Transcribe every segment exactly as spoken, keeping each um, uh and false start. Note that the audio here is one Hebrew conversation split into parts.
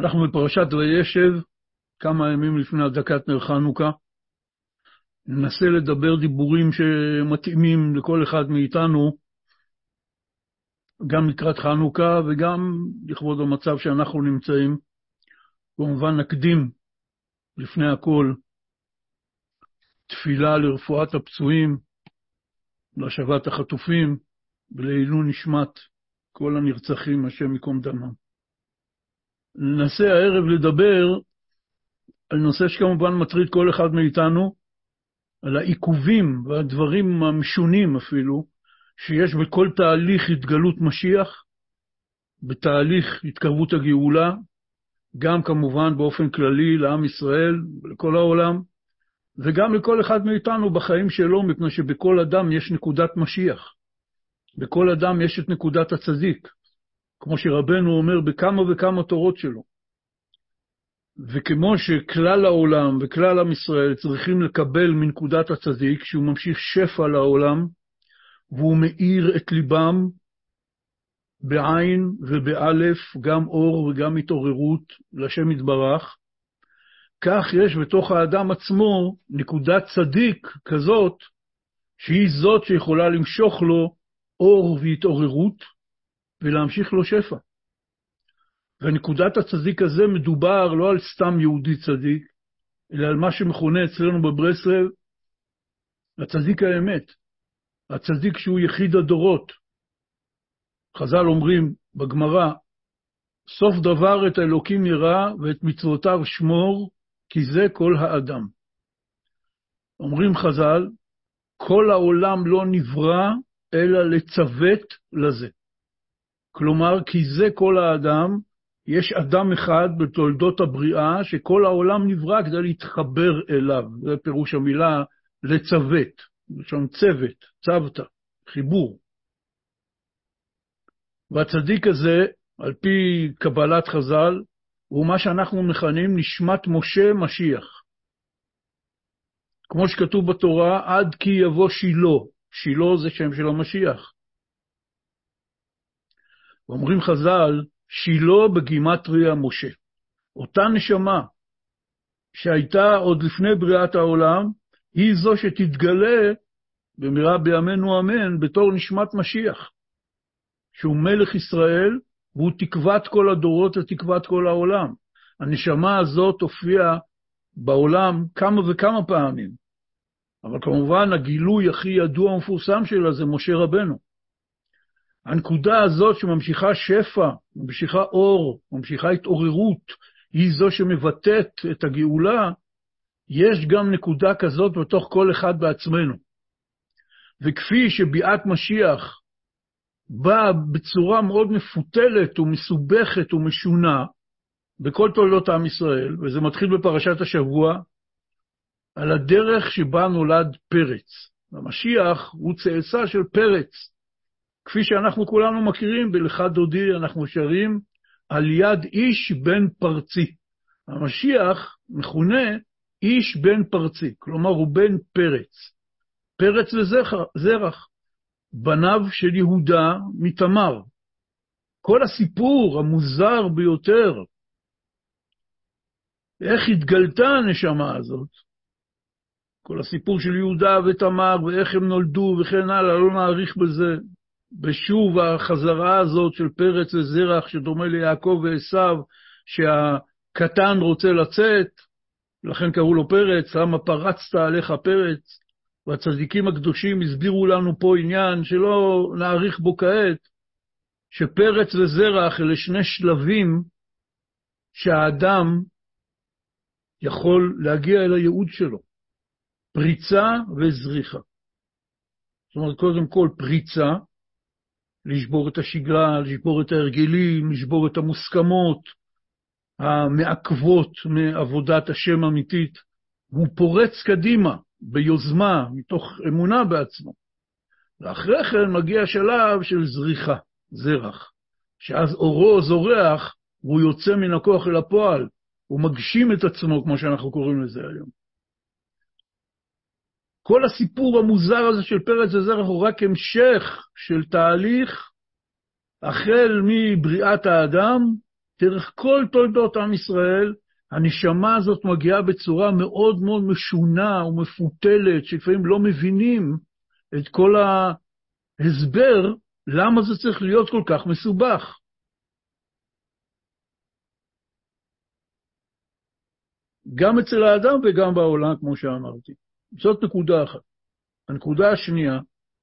אנחנו בפרשת וישב, כמה ימים לפני הדלקת נר חנוכה. ננסה לדבר דיבורים שמתאימים לכל אחד מאיתנו, גם לקראת חנוכה וגם לכבוד המצב שאנחנו נמצאים. כמובן נקדים לפני הכל תפילה לרפואת הפצועים, להשבת החטופים ולעילוי נשמת כל הנרצחים, השם ייקום דמם. ננסה הערב לדבר על נושא שכמובן מטריד כל אחד מאיתנו, על העיכובים והדברים המשונים אפילו, שיש בכל תהליך התגלות משיח, בתהליך התקרבות הגאולה, גם כמובן באופן כללי לעם ישראל ולכל העולם, וגם לכל אחד מאיתנו בחיים שלו, מפני שבכל אדם יש נקודת משיח. בכל אדם יש את נקודת הצדיק, כמו שרבנו אומר בכמה וכמה תורות שלו. וכמו שכלל העולם וכלל עם ישראל צריכים לקבל מנקודת הצדיק, שהוא ממשיך שפע לעולם, והוא מאיר את ליבם בעין ובאלף, גם אור וגם התעוררות לשם יתברך, כך יש בתוך האדם עצמו נקודת צדיק כזאת, שהיא זאת שיכולה למשוך לו אור והתעוררות, ולהמשיך לו שפע. ונקודת הצדיק הזה מדובר לא על סתם יהודי צדיק, אלא על מה שמכונה אצלנו בברסלב, הצדיק האמת, הצדיק שהוא יחיד הדורות. חז"ל אומרים בגמרא, סוף דבר את האלוקים ירא ואת מצוותיו שמור, כי זה כל האדם. אומרים חז"ל, כל העולם לא נברא, אלא לצוות לזה. כלומר, כי זה כל האדם, יש אדם אחד בתולדות הבריאה, שכל העולם נברא כדי להתחבר אליו. זה פירוש המילה לצוות, שם צוות, צוות, חיבור. והצדיק הזה, על פי קבלת חז"ל, הוא מה שאנחנו מכנים נשמת משה משיח. כמו שכתוב בתורה, עד כי יבוא שילה. שילה זה שם של המשיח. ואומרים חז"ל, שילה בגימטריה משה. אותה נשמה שהייתה עוד לפני בריאת העולם, היא זו שתתגלה במהרה בימינו אמן בתור נשמת משיח. שהוא מלך ישראל, והוא תקוות כל הדורות ותקוות כל העולם. הנשמה הזאת הופיעה בעולם כמה וכמה פעמים. אבל כמובן הגילוי הכי ידוע ומפורסם שלה זה משה רבנו. הנקודה הזאת שממשיכה שפע, ממשיכה אור, ממשיכה התעוררות, היא זו שמבטאת את הגאולה, יש גם נקודה כזאת בתוך כל אחד בעצמנו. וכפי שביאת משיח באה בצורה מאוד מפותלת ומסובכת ומשונה, בכל תולדות עם ישראל, וזה מתחיל בפרשת השבוע, על הדרך שבה נולד פרץ. המשיח הוא צאצא של פרץ. כפי שאנחנו כולנו מכירים, בלכה דודי אנחנו שרים, על יד איש בן פרצי. המשיח מכונה איש בן פרצי, כלומר הוא בן פרץ. פרץ וזרח, בניו של יהודה מתמר. כל הסיפור המוזר ביותר, איך התגלתה הנשמה הזאת, כל הסיפור של יהודה ותמר, ואיך הם נולדו וכן הלאה, לא נאריך בזה. בשוב החזרה הזאת של פרץ וזרח, שדומה ליעקב ועשיו, שהקטן רוצה לצאת, לכן קראו לו פרץ, למה פרצת עליך פרץ, והצדיקים הקדושים הסבירו לנו פה עניין שלא נאריך בו כעת, שפרץ וזרח אלה שני שלבים שהאדם יכול להגיע אל הייעוד שלו, פריצה וזריחה. זאת אומרת, קודם כל פריצה, לשבור את השגרה, לשבור את ההרגלים, לשבור את המוסכמות, המעכבות מעבודת השם אמיתית. הוא פורץ קדימה, ביוזמה, מתוך אמונה בעצמו. ואחרי כן מגיע שלב של זריחה, זרח, שאז אורו זורח, והוא יוצא מן הכוח אל הפועל, הוא מגשים את עצמו, כמו שאנחנו קוראים לזה היום. כל הסיפור המוזר הזה של פרץ וזרח הוא רק המשך של תהליך, החל מבריאת האדם, דרך כל תולדות עם ישראל, הנשמה הזאת מגיעה בצורה מאוד מאוד משונה ומפותלת, שלפעמים לא מבינים את כל ההסבר, למה זה צריך להיות כל כך מסובך. גם אצל האדם וגם בעולם, כמו שאמרתי. זאת נקודה אחת. הנקודה השנייה,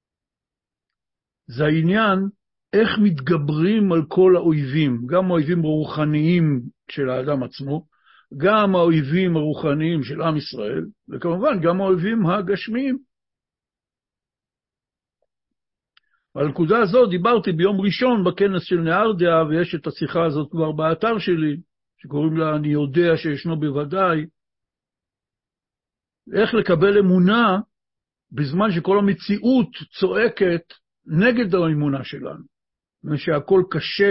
זה העניין איך מתגברים על כל האויבים, גם האויבים הרוחניים של האדם עצמו, גם האויבים הרוחניים של עם ישראל, וכמובן גם האויבים הגשמיים. על הנקודה הזאת דיברתי ביום ראשון בכנס של נהרדיה, ויש את השיחה הזאת כבר באתר שלי, שקוראים לה אני יודע שישנו בוודאי, איך לקבל אמונה בזמן שכל המציאות צועקת נגד האמונה שלנו, ושהכל קשה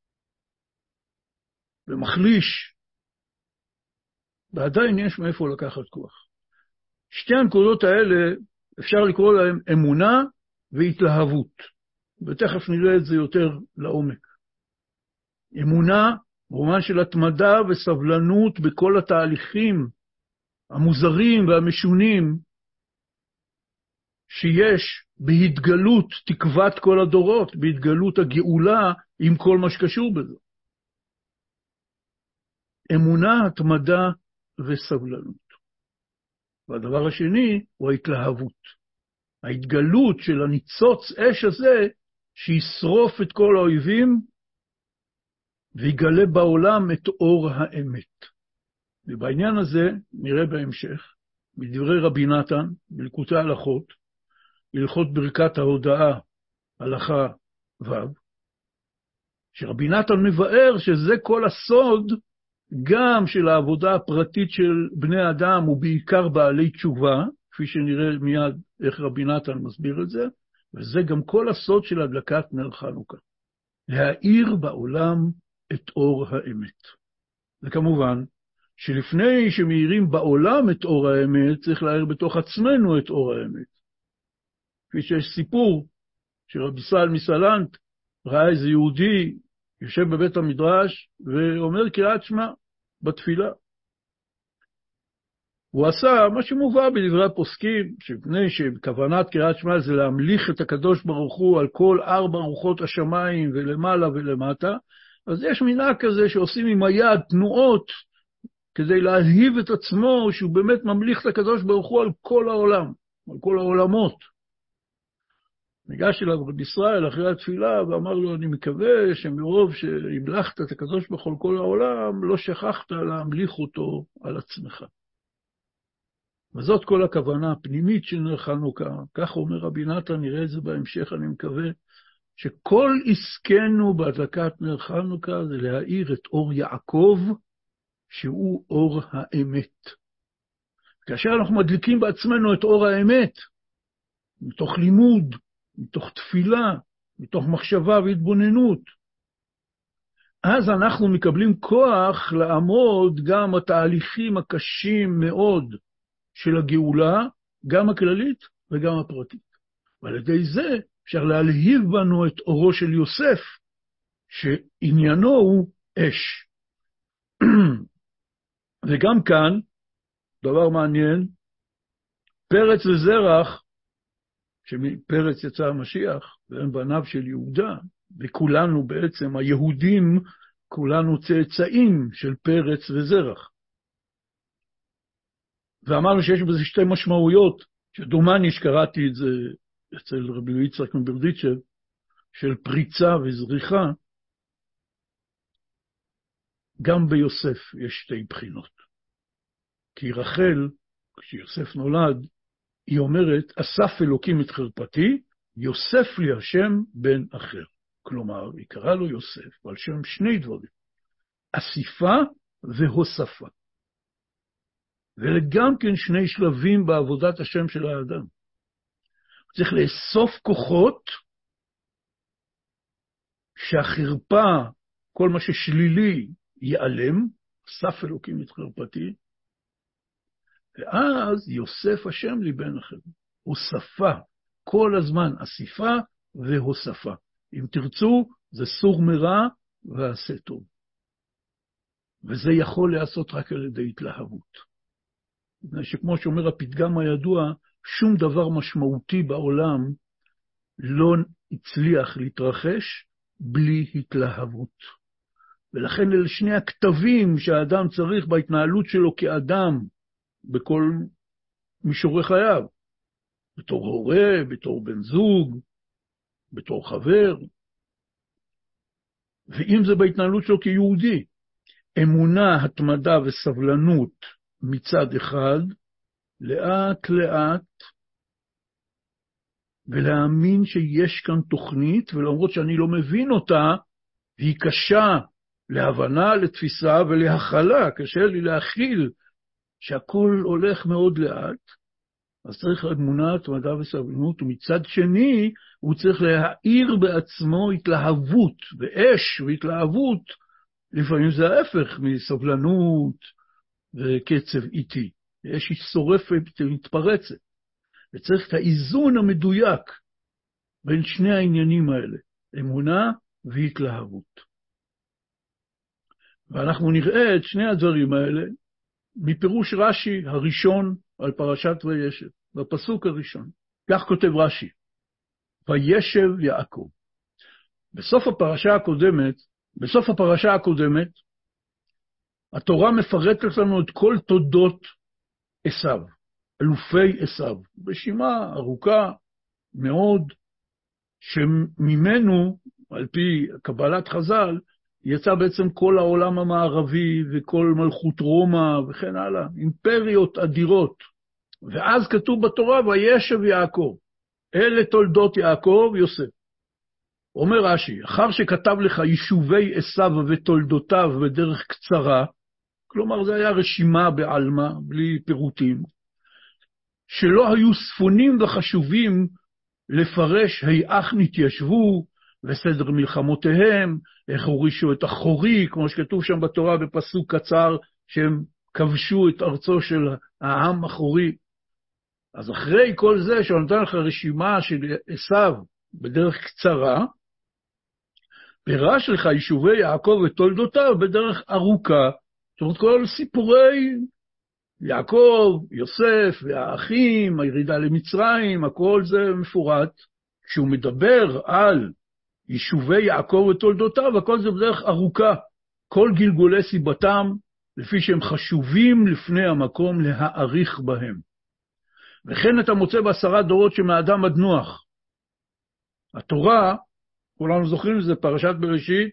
ומחליש, ועדיין יש מאיפה לקחת כוח. שתי הנקודות האלה אפשר לקרוא להם אמונה והתלהבות, ותכף נראה את זה יותר לעומק. אמונה במובן של התמדה וסבלנות בכל התהליכים המוזרים והמשונים שיש בהתגלות תקוות כל הדורות, בהתגלות הגאולה עם כל מה שקשור בזה. אמונה, התמדה וסבלנות. והדבר השני הוא ההתלהבות. ההתגלות של הניצוץ אש הזה שישרוף את כל האויבים ויגלה בעולם את אור האמת. ובעניין הזה נראה בהמשך, מדברי רבי נתן, בליקוטי הלכות, הלכות ברכת ההודעה, הלכה ו', שרבי נתן מבאר שזה כל הסוד גם של העבודה הפרטית של בני אדם, ובעיקר בעלי תשובה, כפי שנראה מיד איך רבי נתן מסביר את זה, וזה גם כל הסוד של הדלקת נר חנוכה. להאיר בעולם את אור האמת. וכמובן, שלפני שמאירים בעולם את אור האמת, צריך להאיר בתוך עצמנו את אור האמת. כפי שיש סיפור שרבי ישראל מסלנט ראה איזה יהודי יושב בבית המדרש ואומר קריאת שמע בתפילה. הוא עשה מה שמובא בדברי הפוסקים, שבפני שכוונת קריאת שמע זה להמליך את הקדוש ברוך הוא על כל ארבע רוחות השמיים ולמעלה ולמטה, אז יש מנהג כזה שעושים עם היד תנועות כדי להלהיב את עצמו שהוא באמת ממליך את הקדוש ברוך הוא על כל העולם, על כל העולמות. ניגש אליו רבי ישראל אחרי התפילה ואמר לו, אני מקווה שמרוב שהמלכת את הקדוש ברוך הוא על כל העולם, לא שכחת להמליך אותו על עצמך. וזאת כל הכוונה הפנימית של נר חנוכה. כך אומר רבי נתן, נראה את זה בהמשך, אני מקווה, שכל עסקנו בהדלקת נר חנוכה זה להאיר את אור יעקב, שהוא אור האמת. כאשר אנחנו מדליקים בעצמנו את אור האמת, מתוך לימוד, מתוך תפילה, מתוך מחשבה והתבוננות, אז אנחנו מקבלים כוח לעמוד גם בתהליכים הקשים מאוד של הגאולה, גם הכללית וגם הפרטית. ועל ידי זה אפשר להלהיב בנו את אורו של יוסף, שעניינו הוא אש. וגם כאן, דבר מעניין, פרץ וזרח, שפרץ יצא המשיח, והם בניו של יהודה, וכולנו בעצם, היהודים, כולנו צאצאים של פרץ וזרח. ואמרנו שיש בזה שתי משמעויות, שדומני שקראתי את זה אצל רבי יצחק מברדיצ'ב, של פריצה וזריחה, גם ביוסף יש שתי בחינות. כי רחל, כשיוסף נולד, היא אומרת, אסף אלוקים את חרפתי, יוסף לי השם בן אחר. כלומר, היא קראה לו יוסף, ועל שם שני דברים, אסיפה והוספה. וגם כן שני שלבים בעבודת השם של האדם. צריך לאסוף כוחות, שהחרפה, כל מה ששלילי, ייעלם, אסף אלוקים את חרפתי, ואז יוסף השם לי בן אחר. הוספה, כל הזמן אסיפה והוספה. אם תרצו, זה סור מרע ועשה טוב. וזה יכול לעשות רק על ידי התלהבות. שכמו שאומר הפתגם הידוע, שום דבר משמעותי בעולם לא הצליח להתרחש בלי התלהבות. ולכן אלה שני הכתבים שהאדם צריך בהתנהלות שלו כאדם, בכל מישורי חייו, בתור הורה, בתור בן זוג, בתור חבר, ואם זה בהתנהלות שלו כיהודי, אמונה, התמדה וסבלנות מצד אחד, לאט לאט, ולהאמין שיש כאן תוכנית, ולמרות שאני לא מבין אותה, היא קשה להבנה, לתפיסה ולהכלה, קשה לי להכיל שהכל הולך מאוד לאט, אז צריך אמונה, התמדה וסבלנות, ומצד שני הוא צריך להאיר בעצמו התלהבות, ואש והתלהבות, לפעמים זה ההפך מסבלנות וקצב איטי, אש היא שורפת ומתפרצת, וצריך את האיזון המדויק בין שני העניינים האלה, אמונה והתלהבות. ואנחנו נראה את שני הדברים האלה מפירוש רש"י הראשון על פרשת וישב, בפסוק הראשון. כך כותב רש"י, וישב יעקב. בסוף הפרשה הקודמת, בסוף הפרשה הקודמת, התורה מפרטת לנו את כל תולדות עשיו, אלופי עשיו, רשימה ארוכה מאוד, שממנו, על פי קבלת חז"ל, יצא בעצם כל העולם המערבי וכל מלכות רומא וכן הלאה, אימפריות אדירות. ואז כתוב בתורה, וישב יעקב, אלה תולדות יעקב יוסף. אומר רש"י, אחר שכתב לך יישובי עשיו ותולדותיו בדרך קצרה, כלומר זה היה רשימה בעלמא, בלי פירוטים, שלא היו ספונים וחשובים לפרש היאך נתיישבו, וסדר מלחמותיהם, איך הורישו את החורי, כמו שכתוב שם בתורה בפסוק קצר, שהם כבשו את ארצו של העם החורי. אז אחרי כל זה, שנותן לך רשימה של עשיו בדרך קצרה, פירש לך יישובי יעקב ותולדותיו בדרך ארוכה, זאת אומרת כל סיפורי יעקב, יוסף והאחים, הירידה למצרים, הכל זה מפורט. כשהוא מדבר על יישובי יעקב ותולדותיו, הכל זה בדרך ארוכה, כל גלגולי סיבתם, לפי שהם חשובים לפני המקום להאריך בהם. וכן אתה מוצא בעשרה דורות שמאדם עד נוח. התורה, כולנו זוכרים שזה פרשת בראשית,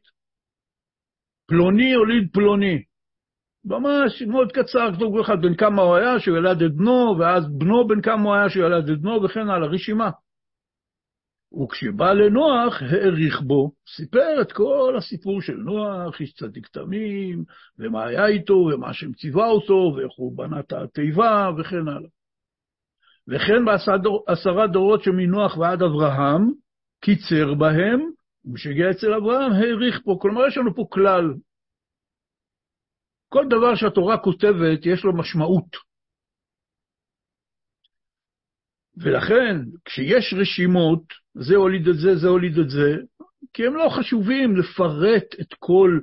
פלוני הוליד פלוני. ממש מאוד קצר, כתוב אחד בן כמה הוא היה שהוא ילד את בנו, ואז בנו בן כמה הוא היה שהוא ילד את בנו, וכן על הרשימה. וכשבא לנוח, העריך בו, סיפר את כל הסיפור של נוח, איש צדיק תמים, ומה היה איתו, ומה שמצווה אותו, ואיך הוא בנה את התיבה, וכן הלאה. וכן בעשרה דורות שמנוח ועד אברהם, קיצר בהם, ומשגע אצל אברהם, העריך פה. כלומר, יש לנו פה כלל. כל דבר שהתורה כותבת, יש לו משמעות. ולכן, כשיש רשימות, זה הוליד את זה, זה הוליד את זה, כי הם לא חשובים לפרט את כל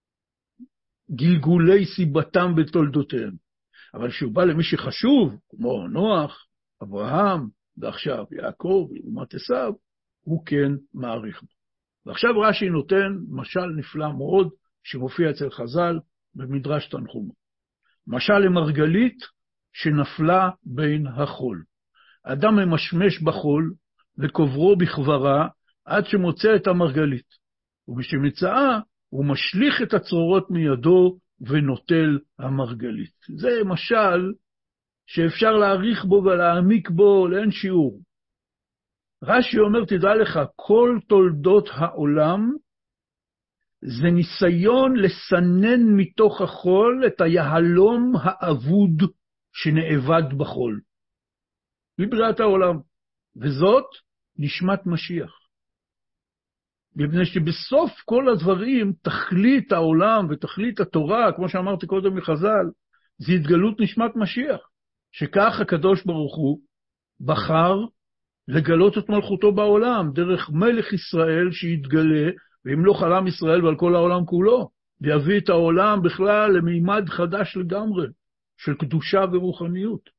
גלגולי סיבתם בתולדותיהם. אבל כשהוא בא למי שחשוב, כמו נוח, אברהם, ועכשיו יעקב, לעומת עשיו, הוא כן מעריך בו. ועכשיו רש"י נותן משל נפלא מאוד, שמופיע אצל חז"ל במדרש תנחומא. משל למרגלית שנפלה בין החול. האדם ממשמש בחול וקוברו בכברה עד שמוצא את המרגלית. ובשמצאה הוא משליך את הצרורות מידו ונוטל המרגלית. זה משל שאפשר להעריך בו ולהעמיק בו לאין שיעור. רש"י אומר, תדע לך, כל תולדות העולם זה ניסיון לסנן מתוך החול את היהלום האבוד שנאבד בחול. לבריאת העולם. וזאת נשמת משיח. מפני שבסוף כל הדברים, תכלית העולם ותכלית התורה, כמו שאמרתי קודם מחז"ל, זה התגלות נשמת משיח. שכך הקדוש ברוך הוא בחר לגלות את מלכותו בעולם, דרך מלך ישראל שיתגלה, ואם לא חלם ישראל ועל כל העולם כולו, ויביא את העולם בכלל למימד חדש לגמרי, של קדושה ורוחניות.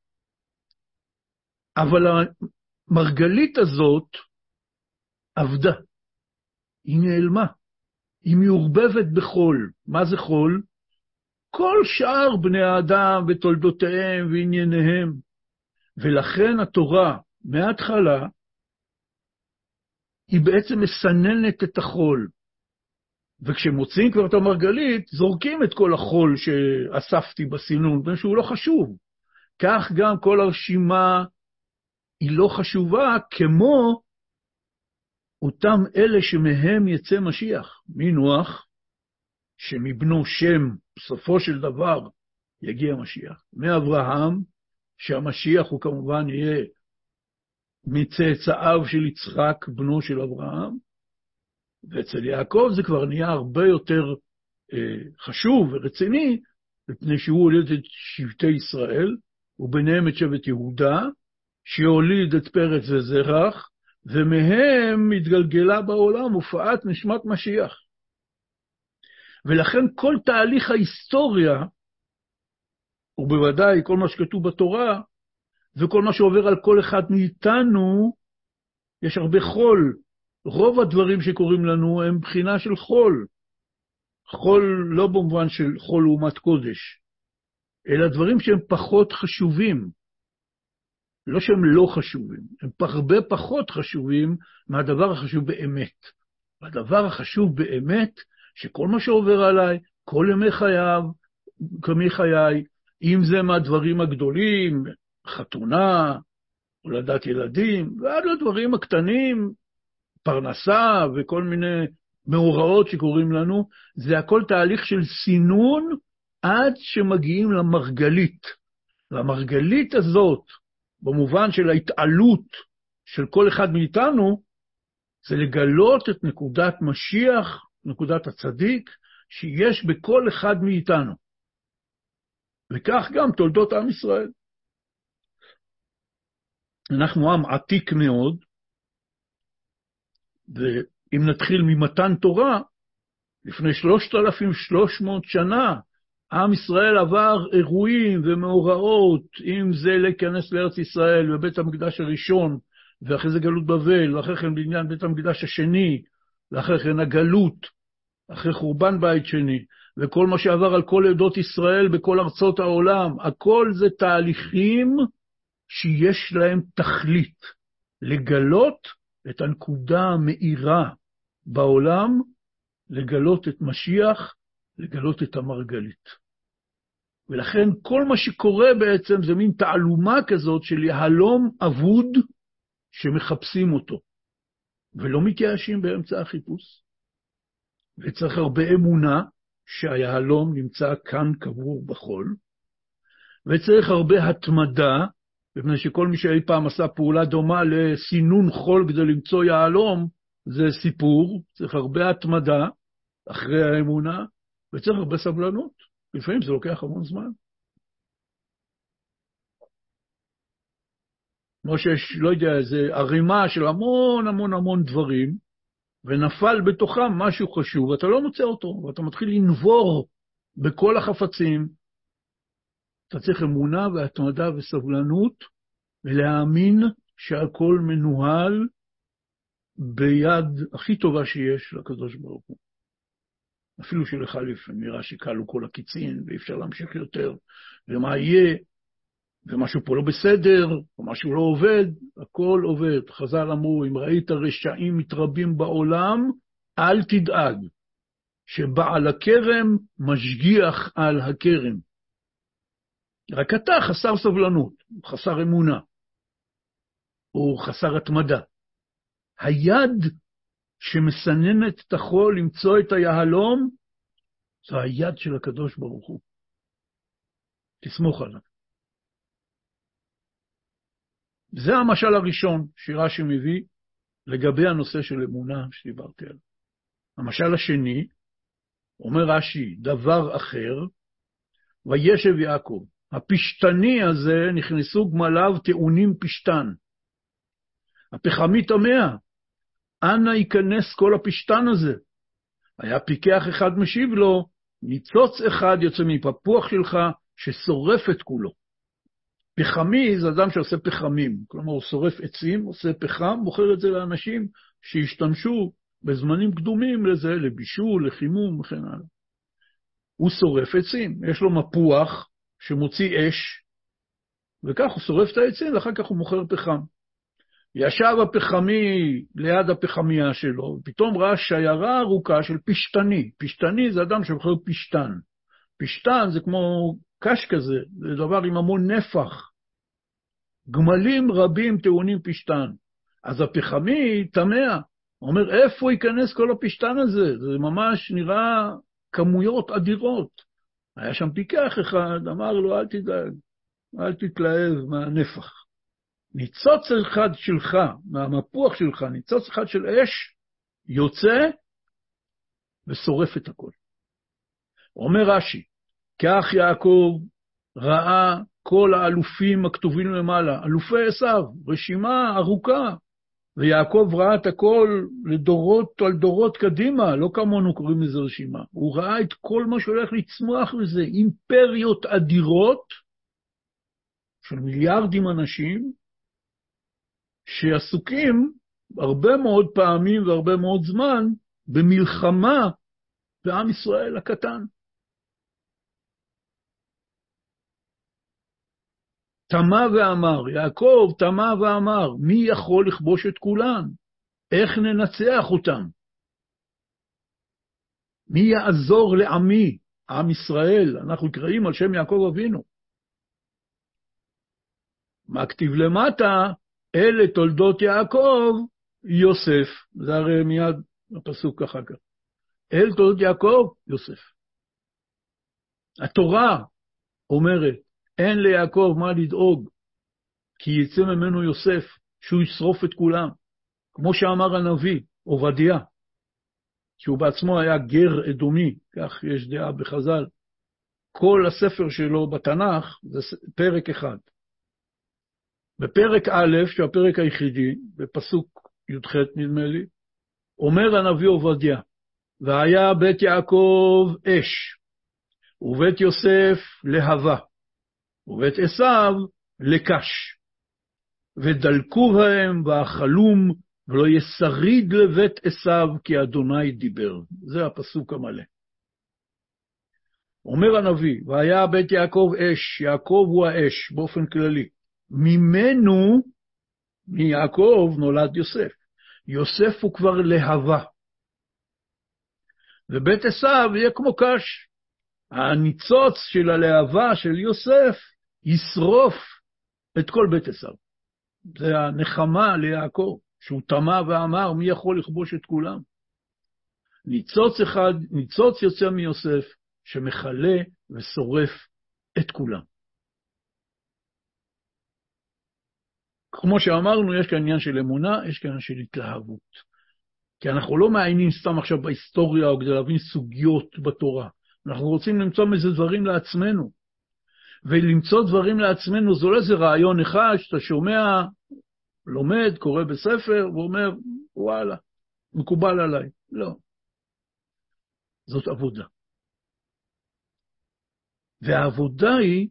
אבל המרגלית הזאת עבדה, היא נעלמה, היא מעורבבת בחול. מה זה חול? כל שאר בני האדם ותולדותיהם וענייניהם. ולכן התורה מההתחלה היא בעצם מסננת את החול. וכשמוצאים כבר את המרגלית, זורקים את כל החול שאספתי בסינון, שהוא לא חשוב. כך גם כל הרשימה היא לא חשובה, כמו אותם אלה שמהם יצא משיח. מנוח, שמבנו שם, בסופו של דבר, יגיע משיח. מאברהם, שהמשיח הוא כמובן יהיה מצאצאיו של יצחק, בנו של אברהם, ואצל יעקב זה כבר נהיה הרבה יותר אה, חשוב ורציני, מפני שהוא הוליד את שבטי ישראל, וביניהם את שבט יהודה, שהוליד את פרץ וזרח, ומהם התגלגלה בעולם הופעת נשמת משיח. ולכן כל תהליך ההיסטוריה, ובוודאי כל מה שכתוב בתורה, וכל מה שעובר על כל אחד מאיתנו, יש הרבה חול. רוב הדברים שקוראים לנו הם בחינה של חול. חול לא במובן של חול לעומת קודש, אלא דברים שהם פחות חשובים. לא שהם לא חשובים, הם הרבה פחות חשובים מהדבר החשוב באמת. והדבר החשוב באמת, שכל מה שעובר עליי, כל ימי חייו, כמי חיי, אם זה מהדברים הגדולים, חתונה, הולדת ילדים, ועד לדברים הקטנים, פרנסה וכל מיני מאורעות שקוראים לנו, זה הכל תהליך של סינון עד שמגיעים למרגלית. והמרגלית הזאת, במובן של ההתעלות של כל אחד מאיתנו, זה לגלות את נקודת משיח, נקודת הצדיק, שיש בכל אחד מאיתנו. וכך גם תולדות עם ישראל. אנחנו עם עתיק מאוד, ואם נתחיל ממתן תורה, לפני שלושת אלפים ושלוש מאות שנה, עם ישראל עבר אירועים ומאורעות, אם זה להיכנס לארץ ישראל בבית המקדש הראשון, ואחרי זה גלות בבל, ואחרי כן בעניין בית המקדש השני, ואחרי כן הגלות, אחרי חורבן בית שני, וכל מה שעבר על כל עדות ישראל בכל ארצות העולם, הכל זה תהליכים שיש להם תכלית, לגלות את הנקודה המאירה בעולם, לגלות את משיח, לגלות את המרגלית. ולכן כל מה שקורה בעצם זה מין תעלומה כזאת של יהלום אבוד שמחפשים אותו, ולא מתייאשים באמצע החיפוש. וצריך הרבה אמונה שהיהלום נמצא כאן קבור בחול, וצריך הרבה התמדה, בפני שכל מי שאי פעם עשה פעולה דומה לסינון חול כדי למצוא יהלום, זה סיפור, צריך הרבה התמדה אחרי האמונה, וצריך הרבה סבלנות, לפעמים זה לוקח המון זמן. כמו שיש, לא יודע, איזה ערימה של המון המון המון דברים, ונפל בתוכם משהו חשוב, ואתה לא מוצא אותו, ואתה מתחיל לנבור בכל החפצים. אתה צריך אמונה והתמדה וסבלנות, ולהאמין שהכל מנוהל ביד הכי טובה שיש לקדוש ברוך הוא. אפילו שלך לפעמים נראה שקלו כל הקיצין, ואי אפשר להמשיך יותר, ומה יהיה, ומשהו פה לא בסדר, או משהו לא עובד, הכל עובד. חז"ל אמרו, אם ראית רשעים מתרבים בעולם, אל תדאג, שבעל הכרם משגיח על הכרם. רק אתה חסר סבלנות, חסר אמונה, או חסר התמדה. היד שמסננת את החול למצוא את היהלום, זו היד של הקדוש ברוך הוא. תסמוך עליו. זה המשל הראשון שרש"י מביא לגבי הנושא של אמונה שדיברתי עליו. המשל השני, אומר רש"י, דבר אחר, וישב יעקב. הפשטני הזה נכנסו גמליו טעונים פשטן. הפחמית המאה, אנה ייכנס כל הפשטן הזה? היה פיקח אחד משיב לו, ניצוץ אחד יוצא מפפוח שלך ששורף את כולו. פחמי זה אדם שעושה פחמים, כלומר הוא שורף עצים, עושה פחם, מוכר את זה לאנשים שהשתמשו בזמנים קדומים לזה, לבישול, לחימום וכן הלאה. הוא שורף עצים, יש לו מפוח שמוציא אש, וכך הוא שורף את העצים, ואחר כך הוא מוכר פחם. ישב הפחמי ליד הפחמיה שלו, ופתאום ראה שיירה ארוכה של פשטני. פשטני זה אדם שמוכר פשטן. פשטן זה כמו קש כזה, זה דבר עם המון נפח. גמלים רבים טעונים פשטן. אז הפחמי תמה, הוא אומר, איפה ייכנס כל הפשטן הזה? זה ממש נראה כמויות אדירות. היה שם פיקח אחד, אמר לו, אל תדאג, אל תתלהב מהנפח. ניצוץ אחד שלך, מהמפוח שלך, ניצוץ אחד של אש, יוצא ושורף את הכל. אומר רש"י, כך יעקב ראה כל האלופים הכתובים למעלה, אלופי עשיו, רשימה ארוכה, ויעקב ראה את הכל לדורות על דורות קדימה, לא כמונו קוראים לזה רשימה. הוא ראה את כל מה שהולך לצמוח לזה, אימפריות אדירות של מיליארדים אנשים, שעסוקים הרבה מאוד פעמים והרבה מאוד זמן במלחמה בעם ישראל הקטן. תמה ואמר, יעקב תמה ואמר, מי יכול לכבוש את כולן? איך ננצח אותם? מי יעזור לעמי, עם ישראל? אנחנו קראים על שם יעקב אבינו. מה כתיב למטה? אלה תולדות יעקב, יוסף. זה הרי מיד הפסוק אחר כך. אלה תולדות יעקב, יוסף. התורה אומרת, אין ליעקב מה לדאוג, כי יצא ממנו יוסף, שהוא ישרוף את כולם. כמו שאמר הנביא, עובדיה, שהוא בעצמו היה גר אדומי, כך יש דעה בחז"ל. כל הספר שלו בתנ"ך זה פרק אחד. בפרק א', שהפרק היחידי, בפסוק י"ח נדמה לי, אומר הנביא עובדיה, והיה בית יעקב אש, ובית יוסף להבה, ובית עשיו לקש, ודלקו בהם ואכלום, ולא ישריד לבית עשיו, כי אדוני דיבר. זה הפסוק המלא. אומר הנביא, והיה בית יעקב אש, יעקב הוא האש באופן כללי. ממנו, מיעקב נולד יוסף. יוסף הוא כבר להבה. ובית עשיו יהיה כמו קש. הניצוץ של הלהבה של יוסף ישרוף את כל בית עשיו. זה הנחמה ליעקב, שהוא תמה ואמר, מי יכול לכבוש את כולם? ניצוץ אחד, ניצוץ יוצא מיוסף, שמחלה ושורף את כולם. כמו שאמרנו, יש כאן עניין של אמונה, יש כאן עניין של התלהבות. כי אנחנו לא מעיינים סתם עכשיו בהיסטוריה, או כדי להבין סוגיות בתורה. אנחנו רוצים למצוא מזה דברים לעצמנו. ולמצוא דברים לעצמנו, זה לא איזה רעיון אחד, שאתה שומע, לומד, קורא בספר, ואומר, וואלה, מקובל עליי. לא. זאת עבודה. והעבודה היא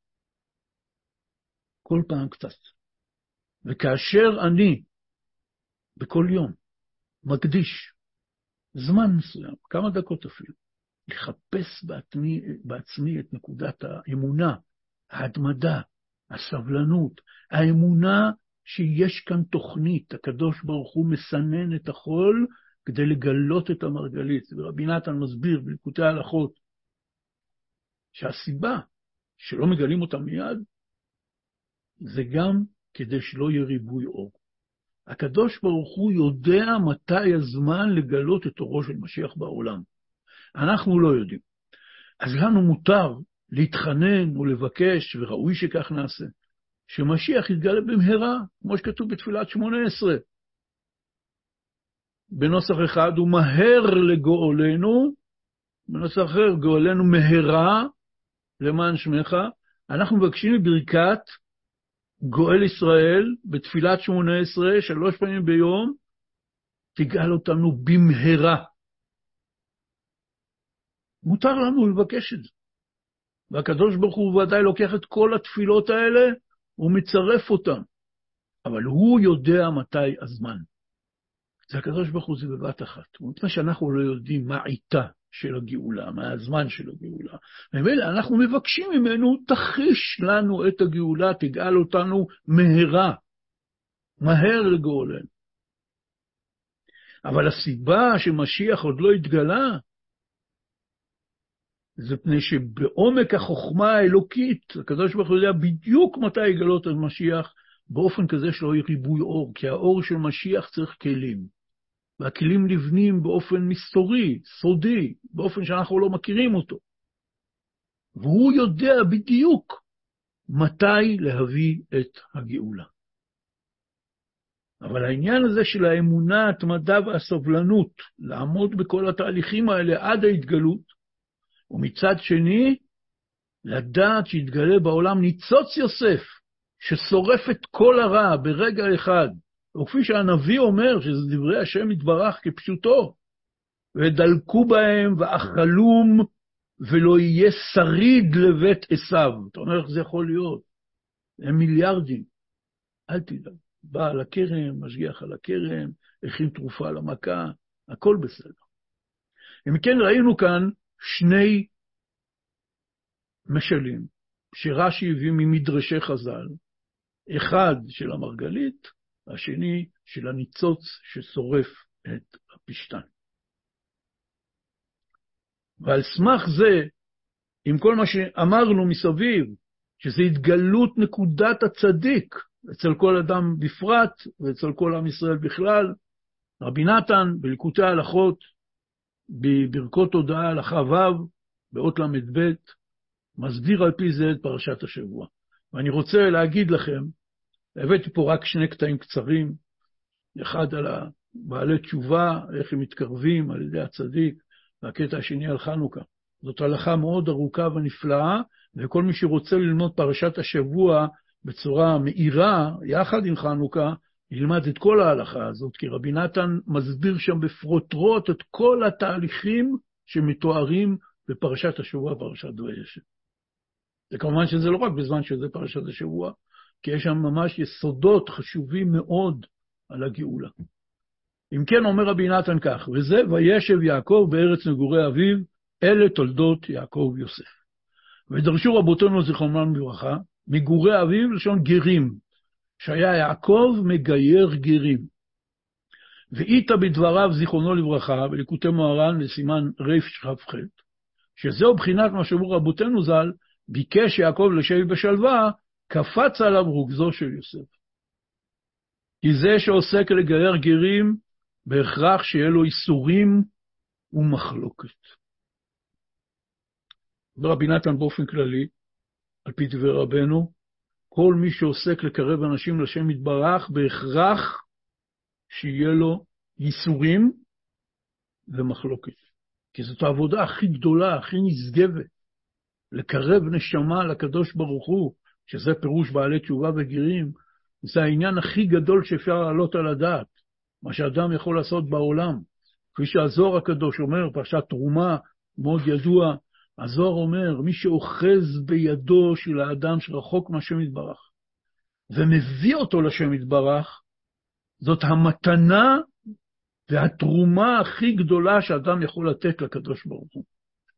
כל פעם קצת. וכאשר אני, בכל יום, מקדיש זמן מסוים, כמה דקות אפילו, לחפש בעצמי, בעצמי את נקודת האמונה, ההתמדה, הסבלנות, האמונה שיש כאן תוכנית, הקדוש ברוך הוא מסנן את החול כדי לגלות את המרגלית. ורבי נתן מסביר בליקוטי ההלכות, שהסיבה שלא מגלים אותה מיד, זה גם כדי שלא יהיה ריבוי אור. הקדוש ברוך הוא יודע מתי הזמן לגלות את אורו של משיח בעולם. אנחנו לא יודעים. אז לנו מותר להתחנן ולבקש, וראוי שכך נעשה, שמשיח יתגלה במהרה, כמו שכתוב בתפילת שמונה עשרה. בנוסח אחד הוא מהר לגאולנו, בנוסח אחר גאולנו מהרה, למען שמך. אנחנו מבקשים בברכת גואל ישראל, בתפילת שמונה עשרה, שלוש פעמים ביום, תגאל אותנו במהרה. מותר לנו לבקש את זה. והקדוש ברוך הוא ודאי לוקח את כל התפילות האלה, ומצרף אותן. אבל הוא יודע מתי הזמן. זה הקדוש ברוך הוא זה בבת אחת. מפני שאנחנו לא יודעים מה העיתה של הגאולה, מה הזמן של הגאולה. ומילא אנחנו מבקשים ממנו, תחיש לנו את הגאולה, תגאל אותנו מהרה. מהר לגאולנו. אבל הסיבה שמשיח עוד לא התגלה, זה פני שבעומק החוכמה האלוקית, הקדוש ברוך הוא יודע בדיוק מתי יגלות את משיח, באופן כזה שלא יהיה ריבוי אור, כי האור של משיח צריך כלים. והכלים נבנים באופן מסתורי, סודי, באופן שאנחנו לא מכירים אותו. והוא יודע בדיוק מתי להביא את הגאולה. אבל העניין הזה של האמונה, התמדה והסבלנות, לעמוד בכל התהליכים האלה עד ההתגלות, ומצד שני, לדעת שיתגלה בעולם ניצוץ יוסף, ששורף את כל הרע ברגע אחד, וכפי שהנביא אומר, שזה דברי השם יתברך כפשוטו, ודלקו בהם ואכלום, ולא יהיה שריד לבית עשיו. אתה אומר איך זה יכול להיות? הם מיליארדים. אל תדאג. בא על הכרם, משגיח על הכרם, הכין תרופה למכה, הכל בסדר. אם כן ראינו כאן שני משלים, שרש"י הביא ממדרשי חז"ל, אחד של המרגלית, השני של הניצוץ ששורף את הפשתן. ועל סמך זה, עם כל מה שאמרנו מסביב, שזה התגלות נקודת הצדיק, אצל כל אדם בפרט, ואצל כל עם ישראל בכלל, רבי נתן בליקוטי ההלכות, בברכות הודעה הלכה ו', באות למד ב', מסביר על פי זה את פרשת השבוע. ואני רוצה להגיד לכם, הבאתי פה רק שני קטעים קצרים, אחד על בעלי תשובה, איך הם מתקרבים על ידי הצדיק, והקטע השני על חנוכה. זאת הלכה מאוד ארוכה ונפלאה, וכל מי שרוצה ללמוד פרשת השבוע בצורה מהירה, יחד עם חנוכה, ילמד את כל ההלכה הזאת, כי רבי נתן מסביר שם בפרוטרוט את כל התהליכים שמתוארים בפרשת השבוע, פרשת וישב. זה כמובן שזה לא רק בזמן שזה פרשת השבוע, כי יש שם ממש יסודות חשובים מאוד על הגאולה. אם כן אומר רבי נתן כך, וזה וישב יעקב בארץ מגורי אביו, אלה תולדות יעקב יוסף. ודרשו רבותינו זיכרונם לברכה, מגורי אביו לשון גרים, שהיה יעקב מגייר גרים. ואיתה בדבריו זיכרונו לברכה, בליקוטי מוהר"ן לסימן ר"כ"ח, שזהו בחינת מה שאמרו רבותינו ז"ל, ביקש יעקב לשבת בשלווה, קפץ עליו רוגזו של יוסף. כי זה שעוסק לגייר גרים, בהכרח שיהיה לו איסורים ומחלוקת. ברבי נתן באופן כללי, על פי דבר רבנו, כל מי שעוסק לקרב אנשים לשם יתברך, בהכרח שיהיה לו איסורים ומחלוקת. כי זאת העבודה הכי גדולה, הכי נשגבת, לקרב נשמה לקדוש ברוך הוא, שזה פירוש בעלי תשובה וגירים, זה העניין הכי גדול שאפשר לעלות על הדעת, מה שאדם יכול לעשות בעולם. כפי שהזוהר הקדוש אומר, פרשת תרומה, מאוד ידוע, הזוהר אומר, מי שאוחז בידו של האדם שרחוק מהשם יתברך, ומביא אותו לשם יתברך, זאת המתנה והתרומה הכי גדולה שאדם יכול לתת לקדוש ברוך הוא.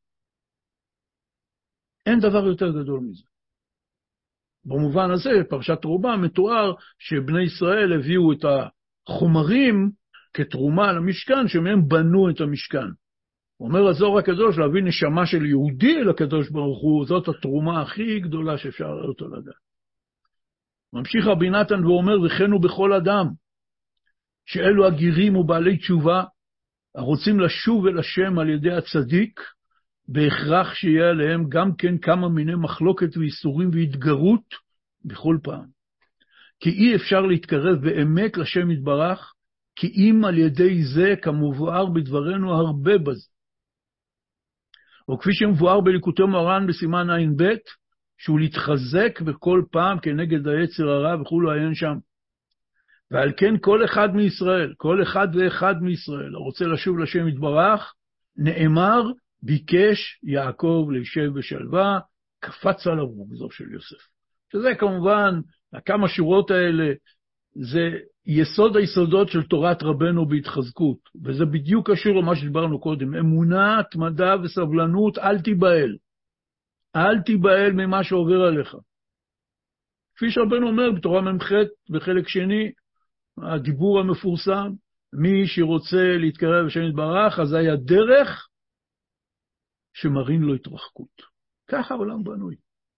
אין דבר יותר גדול מזה. במובן הזה, פרשת תרומה מתואר שבני ישראל הביאו את החומרים כתרומה למשכן, שמהם בנו את המשכן. אומר הזוהר הקדוש, להביא נשמה של יהודי אל הקדוש ברוך הוא, זאת התרומה הכי גדולה שאפשר לעלות על הדעת. ממשיך רבי נתן ואומר, וכנו בכל אדם, שאלו הגירים ובעלי תשובה, הרוצים לשוב אל השם על ידי הצדיק, בהכרח שיהיה עליהם גם כן כמה מיני מחלוקת ואיסורים והתגרות בכל פעם. כי אי אפשר להתקרב באמת לשם יתברך, כי אם על ידי זה כמובואר בדברנו הרבה בזה. או כפי שמבואר בליקוטי מוהר"ן בסימן עין ב', שהוא להתחזק בכל פעם כנגד היצר הרע וכולו עיין שם. ועל כן כל אחד מישראל, כל אחד ואחד מישראל, הרוצה לשוב לשם יתברך, נאמר, ביקש יעקב להישב בשלווה, קפץ עליו רוגזו של יוסף. שזה כמובן, כמה שורות האלה, זה יסוד היסודות של תורת רבנו בהתחזקות, וזה בדיוק קשור למה שדיברנו קודם, אמונה, התמדה וסבלנות, אל תיבהל. אל תיבהל ממה שעובר עליך. כפי שרבנו אומר בתורה ממ"ח בחלק שני, הדיבור המפורסם, מי שרוצה להתקרב לשם יתברך, אז היה דרך שמרין לו התרחקות. ככה העולם בנוי.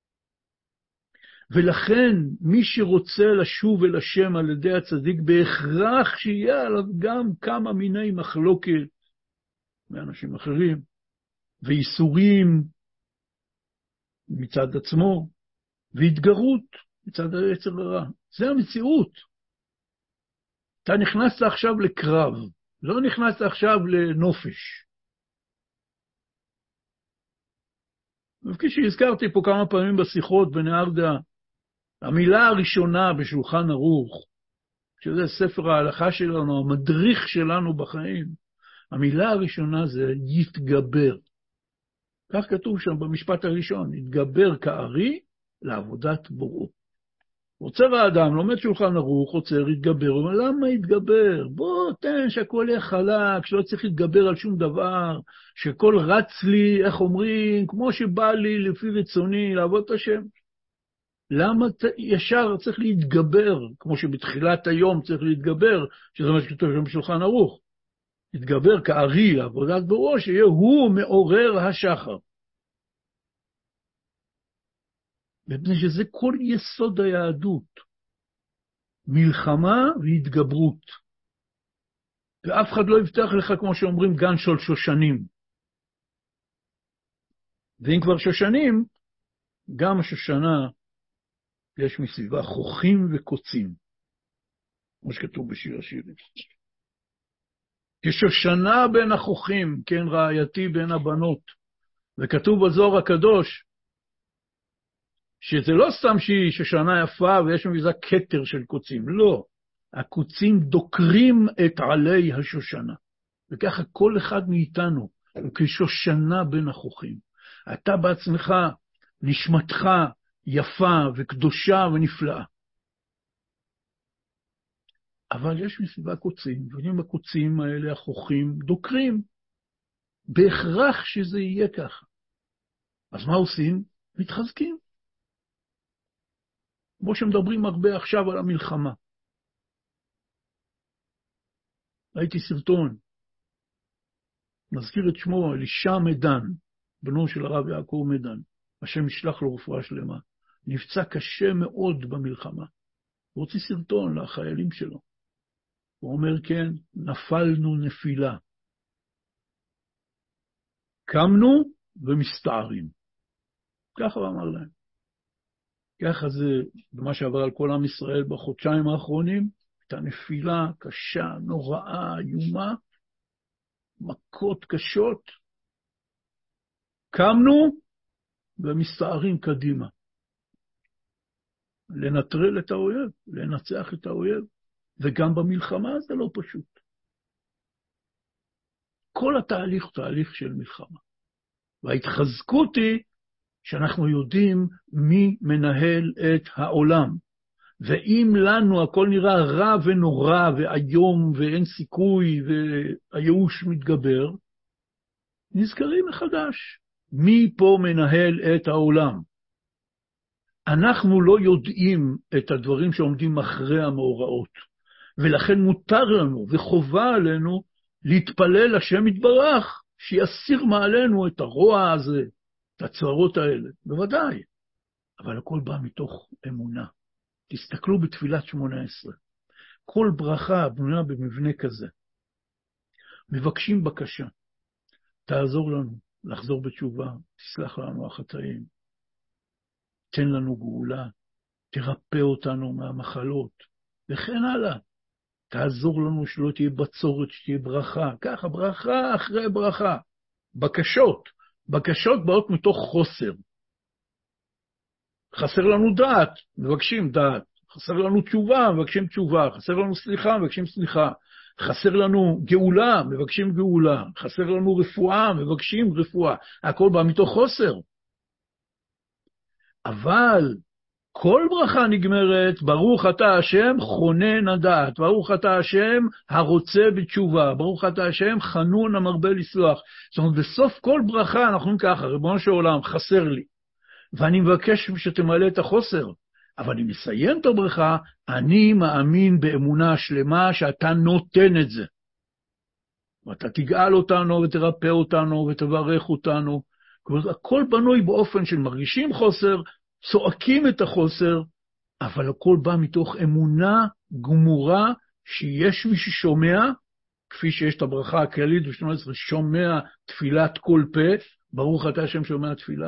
ולכן מי שרוצה לשוב אל השם על ידי הצדיק, בהכרח שיהיה עליו גם כמה מיני מחלוקת מאנשים אחרים, ואיסורים מצד עצמו, והתגרות מצד היצר הרע. זה המציאות. אתה נכנסת עכשיו לקרב, לא נכנסת עכשיו לנופש. וכפי שהזכרתי פה כמה פעמים בשיחות בנהרדה, המילה הראשונה בשולחן ערוך, שזה ספר ההלכה שלנו, המדריך שלנו בחיים, המילה הראשונה זה יתגבר. כך כתוב שם במשפט הראשון, יתגבר כארי לעבודת בוראו. עוצר האדם, לומד שולחן ערוך, עוצר, יתגבר, הוא אומר, למה יתגבר? בוא תן שהכל יהיה חלק, שלא צריך להתגבר על שום דבר, שכל רץ לי, איך אומרים, כמו שבא לי לפי רצוני, לעבוד את השם. למה ישר צריך להתגבר, כמו שבתחילת היום צריך להתגבר, שזה מה שכתוב שם בשולחן ערוך. יתגבר כארי לעבודת בוראו, שיהיה הוא מעורר השחר. מפני שזה כל יסוד היהדות, מלחמה והתגברות. ואף אחד לא יבטח לך, כמו שאומרים, גן של שושנים. ואם כבר שושנים, גם השושנה יש מסביבה חוכים וקוצים, כמו שכתוב בשיר השירים. כשושנה בין החוכים, כן, רעייתי בין הבנות, וכתוב בזוהר הקדוש, שזה לא סתם שהיא שושנה יפה ויש מביזה כתר של קוצים, לא. הקוצים דוקרים את עלי השושנה. וככה כל אחד מאיתנו הוא כשושנה בין החוכים. אתה בעצמך, נשמתך יפה וקדושה ונפלאה. אבל יש מסביבה קוצים, ואם הקוצים האלה, החוכים, דוקרים. בהכרח שזה יהיה ככה. אז מה עושים? מתחזקים. כמו שמדברים הרבה עכשיו על המלחמה. ראיתי סרטון, נזכיר את שמו, אלישע מדן, בנו של הרב יעקב מדן, השם ישלח לו רפואה שלמה. נפצע קשה מאוד במלחמה. הוא הוציא סרטון לחיילים שלו. הוא אומר, כן, נפלנו נפילה. קמנו ומסתערים. ככה הוא אמר להם. ככה זה, במה שעבר על כל עם ישראל בחודשיים האחרונים, הייתה נפילה קשה, נוראה, איומה, מכות קשות. קמנו ומסתערים קדימה. לנטרל את האויב, לנצח את האויב, וגם במלחמה זה לא פשוט. כל התהליך הוא תהליך של מלחמה. וההתחזקות היא שאנחנו יודעים מי מנהל את העולם. ואם לנו הכל נראה רע ונורא ואיום ואין סיכוי והייאוש מתגבר, נזכרים מחדש מי פה מנהל את העולם. אנחנו לא יודעים את הדברים שעומדים אחרי המאורעות, ולכן מותר לנו וחובה עלינו להתפלל לשם יתברך, שיסיר מעלינו את הרוע הזה, את הצערות האלה, בוודאי. אבל הכל בא מתוך אמונה. תסתכלו בתפילת שמונה עשרה. כל ברכה בנויה במבנה כזה. מבקשים בקשה. תעזור לנו לחזור בתשובה, תסלח לנו החטאים. תן לנו גאולה, תרפא אותנו מהמחלות, וכן הלאה. תעזור לנו שלא תהיה בצורת, שתהיה ברכה. ככה, ברכה אחרי ברכה. בקשות. בקשות באות מתוך חוסר. חסר לנו דעת, מבקשים דעת. חסר לנו תשובה, מבקשים תשובה. חסר לנו סליחה, מבקשים סליחה. חסר לנו גאולה, מבקשים גאולה. חסר לנו רפואה, מבקשים רפואה. הכל בא מתוך חוסר. אבל כל ברכה נגמרת, ברוך אתה השם חונן הדעת, ברוך אתה השם הרוצה בתשובה, ברוך אתה השם חנון המרבה לסלוח. זאת אומרת, בסוף כל ברכה אנחנו אומרים ככה, ריבונו של עולם, חסר לי, ואני מבקש שתמלא את החוסר, אבל אני מסיים את הברכה, אני מאמין באמונה שלמה שאתה נותן את זה. ואתה תגאל אותנו ותרפא אותנו ותברך אותנו. כלומר, הכל בנוי באופן של מרגישים חוסר, צועקים את החוסר, אבל הכל בא מתוך אמונה גמורה שיש מי ששומע, כפי שיש את הברכה הכללית ב-שתים עשרה, שומע תפילת כל פה, ברוך אתה השם שומע תפילה.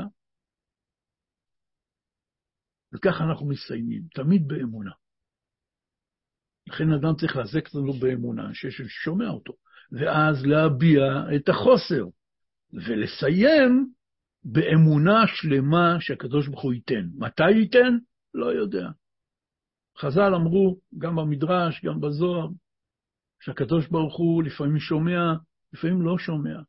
וככה אנחנו מסיימים, תמיד באמונה. לכן אדם צריך להזק לנו באמונה, ששומע אותו, ואז להביע את החוסר, ולסיים באמונה שלמה שהקדוש ברוך הוא ייתן. מתי ייתן? לא יודע. חז"ל אמרו, גם במדרש, גם בזוהר, שהקדוש ברוך הוא לפעמים שומע, לפעמים לא שומע.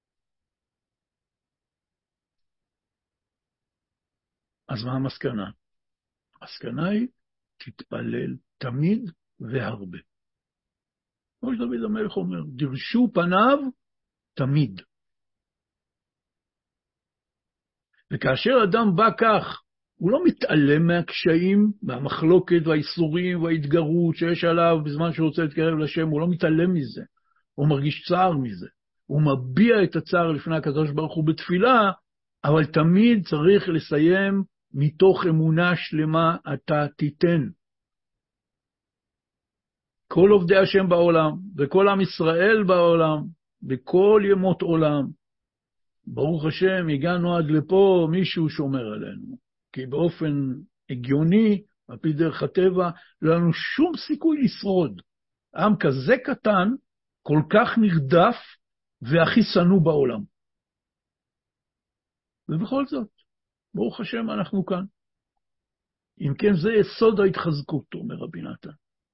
אז מה המסקנה? המסקנה היא, תתפלל תמיד והרבה. כמו שדוד המלך אומר, דרשו פניו תמיד. וכאשר אדם בא כך, הוא לא מתעלם מהקשיים, מהמחלוקת והאיסורים וההתגרות שיש עליו בזמן שהוא רוצה להתקרב לשם, הוא לא מתעלם מזה, הוא מרגיש צער מזה, הוא מביע את הצער לפני הקדוש ברוך הוא בתפילה, אבל תמיד צריך לסיים מתוך אמונה שלמה, אתה תיתן. כל עובדי השם בעולם, וכל עם ישראל בעולם, בכל ימות עולם, ברוך השם, הגענו עד לפה, מישהו שומר עלינו. כי באופן הגיוני, על פי דרך הטבע, לא לנו שום סיכוי לשרוד. עם כזה קטן, כל כך נרדף, והכי שנוא בעולם. ובכל זאת, ברוך השם, אנחנו כאן. אם כן, זה יסוד ההתחזקות, אומר רבי נתן.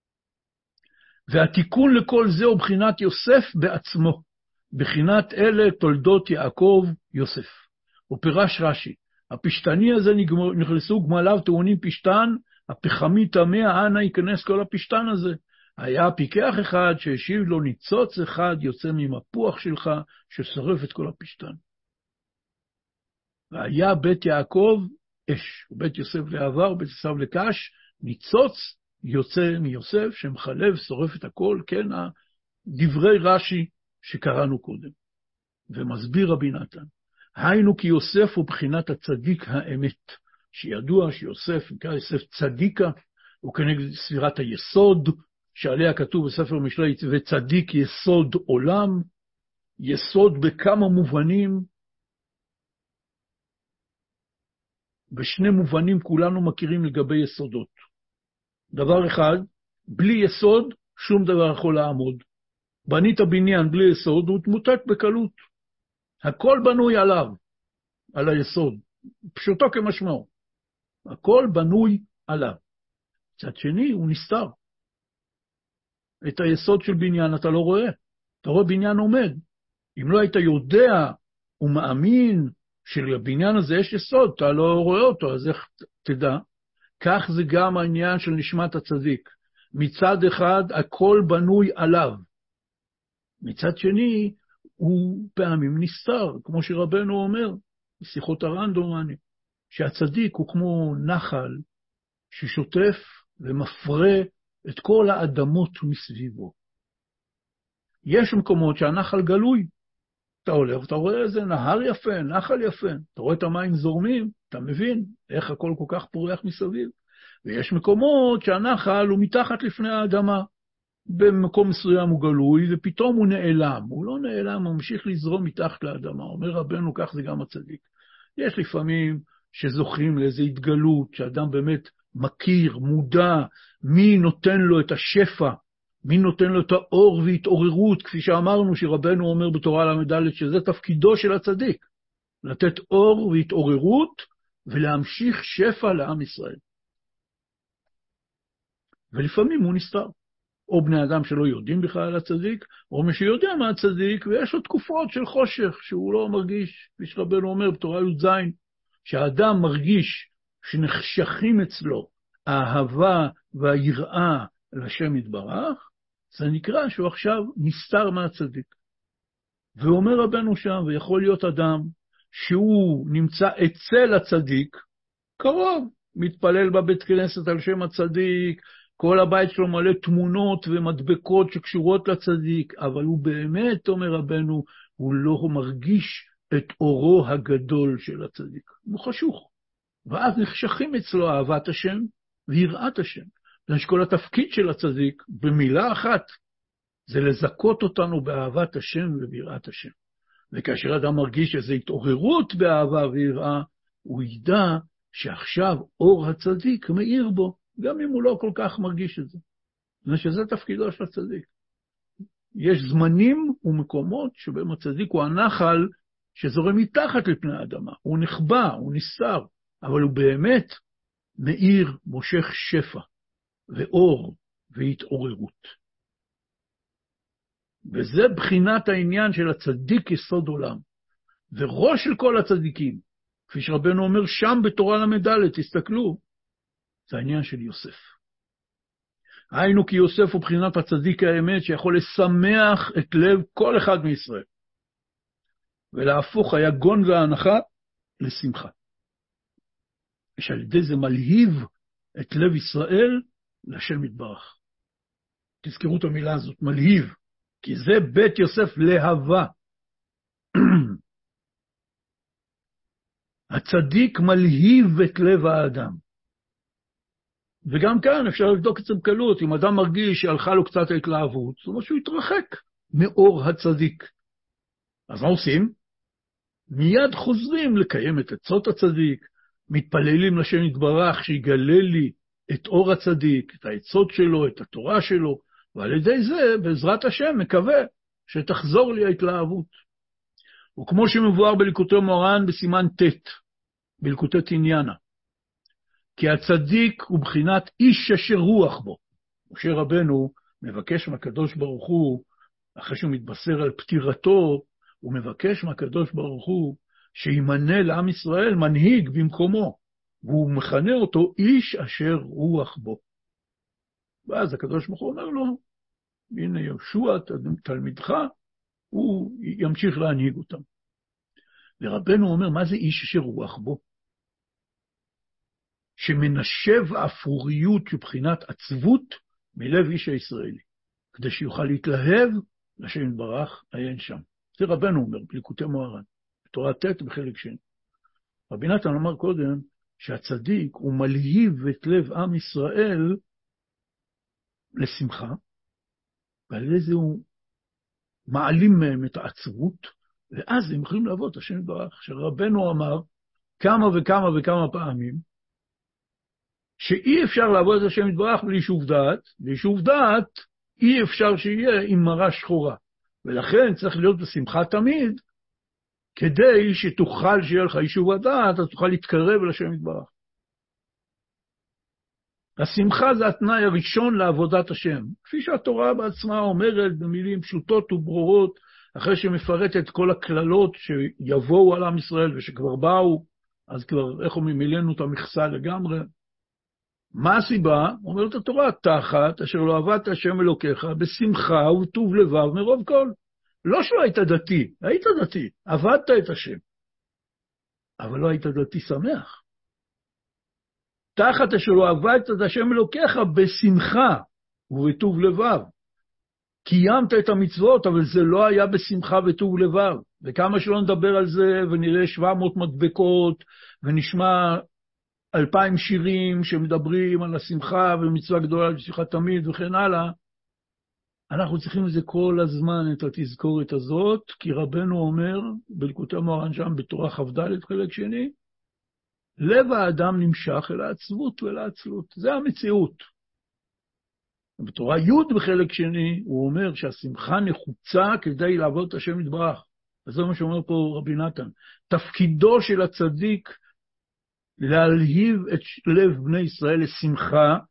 והתיקון לכל זה הוא בחינת יוסף בעצמו. בחינת אלה תולדות יעקב יוסף. הוא פירש רש"י, הפשטני הזה נכנסו גמליו טעונים פשטן, הפחמי טמא, אנה ייכנס כל הפשטן הזה. היה פיקח אחד שהשיב לו ניצוץ אחד יוצא ממפוח שלך ששרף את כל הפשטן. והיה בית יעקב אש, ובית יוסף לעבר, בית עשיו לקש, ניצוץ יוצא מיוסף שמחלב, שורף את הכל, כן, דברי רש"י שקראנו קודם. ומסביר רבי נתן, היינו כי יוסף הוא בחינת הצדיק האמת, שידוע שיוסף, נקרא יוסף צדיקה, הוא כנגד ספירת היסוד, שעליה כתוב בספר משלי, וצדיק יסוד עולם, יסוד בכמה מובנים, בשני מובנים כולנו מכירים לגבי יסודות. דבר אחד, בלי יסוד, שום דבר יכול לעמוד. בנית בניין בלי יסוד, הוא תמוטט בקלות. הכל בנוי עליו, על היסוד. פשוטו כמשמעו. הכל בנוי עליו. מצד שני, הוא נסתר. את היסוד של בניין אתה לא רואה. אתה רואה בניין עומד. אם לא היית יודע ומאמין שלבניין הזה יש יסוד, אתה לא רואה אותו, אז איך תדע? כך זה גם העניין של נשמת הצדיק. מצד אחד, הכל בנוי עליו. מצד שני, הוא פעמים נסתר, כמו שרבנו אומר, בשיחות הר"ן דומני, שהצדיק הוא כמו נחל ששוטף ומפרה את כל האדמות מסביבו. יש מקומות שהנחל גלוי, אתה הולך, אתה רואה איזה נהר יפה, נחל יפה, אתה רואה את המים זורמים, אתה מבין איך הכל כל כך פורח מסביב. ויש מקומות שהנחל הוא מתחת לפני האדמה, במקום מסוים הוא גלוי, ופתאום הוא נעלם. הוא לא נעלם, הוא ממשיך לזרום מתחת לאדמה. אומר רבנו, כך זה גם הצדיק. יש לפעמים שזוכים לאיזו התגלות, שאדם באמת מכיר, מודע, מי נותן לו את השפע, מי נותן לו את האור והתעוררות, כפי שאמרנו שרבנו אומר בתורה למדלת, שזה תפקידו של הצדיק, לתת אור והתעוררות, ולהמשיך שפע לעם ישראל. ולפעמים הוא נסתר. או בני אדם שלא יודעים בכלל על הצדיק, או מי שיודע מה הצדיק, ויש לו תקופות של חושך, שהוא לא מרגיש, כפי שרבנו אומר בתורה י"ז, שהאדם מרגיש שנחשכים אצלו האהבה והיראה לשם יתברך, זה נקרא שהוא עכשיו נסתר מהצדיק. ואומר רבנו שם, ויכול להיות אדם שהוא נמצא אצל הצדיק, קרוב, מתפלל בבית כנסת על שם הצדיק, כל הבית שלו מלא תמונות ומדבקות שקשורות לצדיק, אבל הוא באמת, אומר רבנו, הוא לא מרגיש את אורו הגדול של הצדיק. הוא חשוך. ואז נחשכים אצלו אהבת השם ויראת השם. זה שכל התפקיד של הצדיק, במילה אחת, זה לזכות אותנו באהבת השם וביראת השם. וכאשר אדם מרגיש איזו התעוררות באהבה ויראה, הוא ידע שעכשיו אור הצדיק מאיר בו, גם אם הוא לא כל כך מרגיש את זה. שזה תפקידו של הצדיק. יש זמנים ומקומות שבהם הצדיק הוא הנחל שזורם מתחת לפני האדמה. הוא נחבא, הוא נסתר, אבל הוא באמת מאיר, מושך שפע ואור והתעוררות. וזה בחינת העניין של הצדיק יסוד עולם. וראש של כל הצדיקים, כפי שרבנו אומר שם בתורה למדלת, תסתכלו, זה העניין של יוסף. היינו כי יוסף הוא בחינת הצדיק האמת שיכול לשמח את לב כל אחד מישראל. ולהפוך היגון וההנחה לשמחה. ושעל ידי זה מלהיב את לב ישראל לשם יתברך. תזכרו את המילה הזאת, מלהיב. כי זה בית יוסף להבה. הצדיק מלהיב את לב האדם. וגם כאן אפשר לבדוק את זה בקלות. אם אדם מרגיש שהלכה לו קצת ההתלהבות, זאת אומרת שהוא יתרחק מאור הצדיק. אז מה עושים? מיד חוזרים לקיים את עצות הצדיק, מתפללים לשם יתברך שיגלה לי את אור הצדיק, את העצות שלו, את התורה שלו, ועל ידי זה, בעזרת השם, מקווה שתחזור לי ההתלהבות. וכמו שמבואר בליקוטי מוהר"ן בסימן ט', בליקוטי תניאנה, כי הצדיק הוא בחינת איש אשר רוח בו. משה רבנו מבקש מהקדוש ברוך הוא, אחרי שהוא מתבשר על פטירתו, הוא מבקש מהקדוש ברוך הוא שימנה לעם ישראל מנהיג במקומו, והוא מכנה אותו איש אשר רוח בו. ואז הקדוש ברוך הוא אומר לו, הנה יהושע תלמידך, הוא ימשיך להנהיג אותם. ורבנו אומר, מה זה איש אשר רוח בו? שמנשב האפרוריות מבחינת עצבות מלב איש הישראלי, כדי שיוכל להתלהב לשם יתברך עיין שם. זה רבנו אומר, בליקוטי מוהר"ן, בתורה ט' בחלק שני. רבי נתן אמר קודם, שהצדיק הוא מלהיב את לב עם ישראל לשמחה, ועל איזה הוא מעלים מהם את העצבות, ואז הם יכולים לעבוד את השם יתברך. שרבנו אמר כמה וכמה וכמה פעמים, שאי אפשר לעבוד את השם יתברך בלי יישוב דעת, ויישוב דעת אי אפשר שיהיה עם מראה שחורה. ולכן צריך להיות בשמחה תמיד, כדי שתוכל שיהיה לך יישוב הדעת, אז תוכל להתקרב לשם יתברך. השמחה זה התנאי הראשון לעבודת השם. כפי שהתורה בעצמה אומרת במילים פשוטות וברורות, אחרי שמפרטת את כל הכללות שיבואו על עם ישראל ושכבר באו, אז כבר איך אומרים, מילאנו את המכסה לגמרי. מה הסיבה? אומרת התורה, תחת אשר לא עבדת השם אלוקיך בשמחה וטוב לבב מרוב כל. לא שלא היית דתי, היית דתי, עבדת את השם. אבל לא היית דתי שמח. תחת אשר לא עבדת את השם אלוקיך בשמחה ובטוב לבב. קיימת את המצוות, אבל זה לא היה בשמחה וטוב לבב. וכמה שלא נדבר על זה ונראה שבע מאות מדבקות ונשמע אלפיים שירים שמדברים על השמחה ומצווה גדולה לשמחה תמיד וכן הלאה, אנחנו צריכים לזה כל הזמן את התזכורת הזאת, כי רבנו אומר בליקוטי מוהר"ן שם בתורה כ"ד חלק שני, לב האדם נמשך אל העצבות ואל העצלות. זה המציאות. בתורה י' בחלק שני הוא אומר שהשמחה נחוצה כדי לעבוד את השם יתברך. וזה מה שאומר פה רבי נתן. תפקידו של הצדיק להלהיב את לב בני ישראל לשמחה,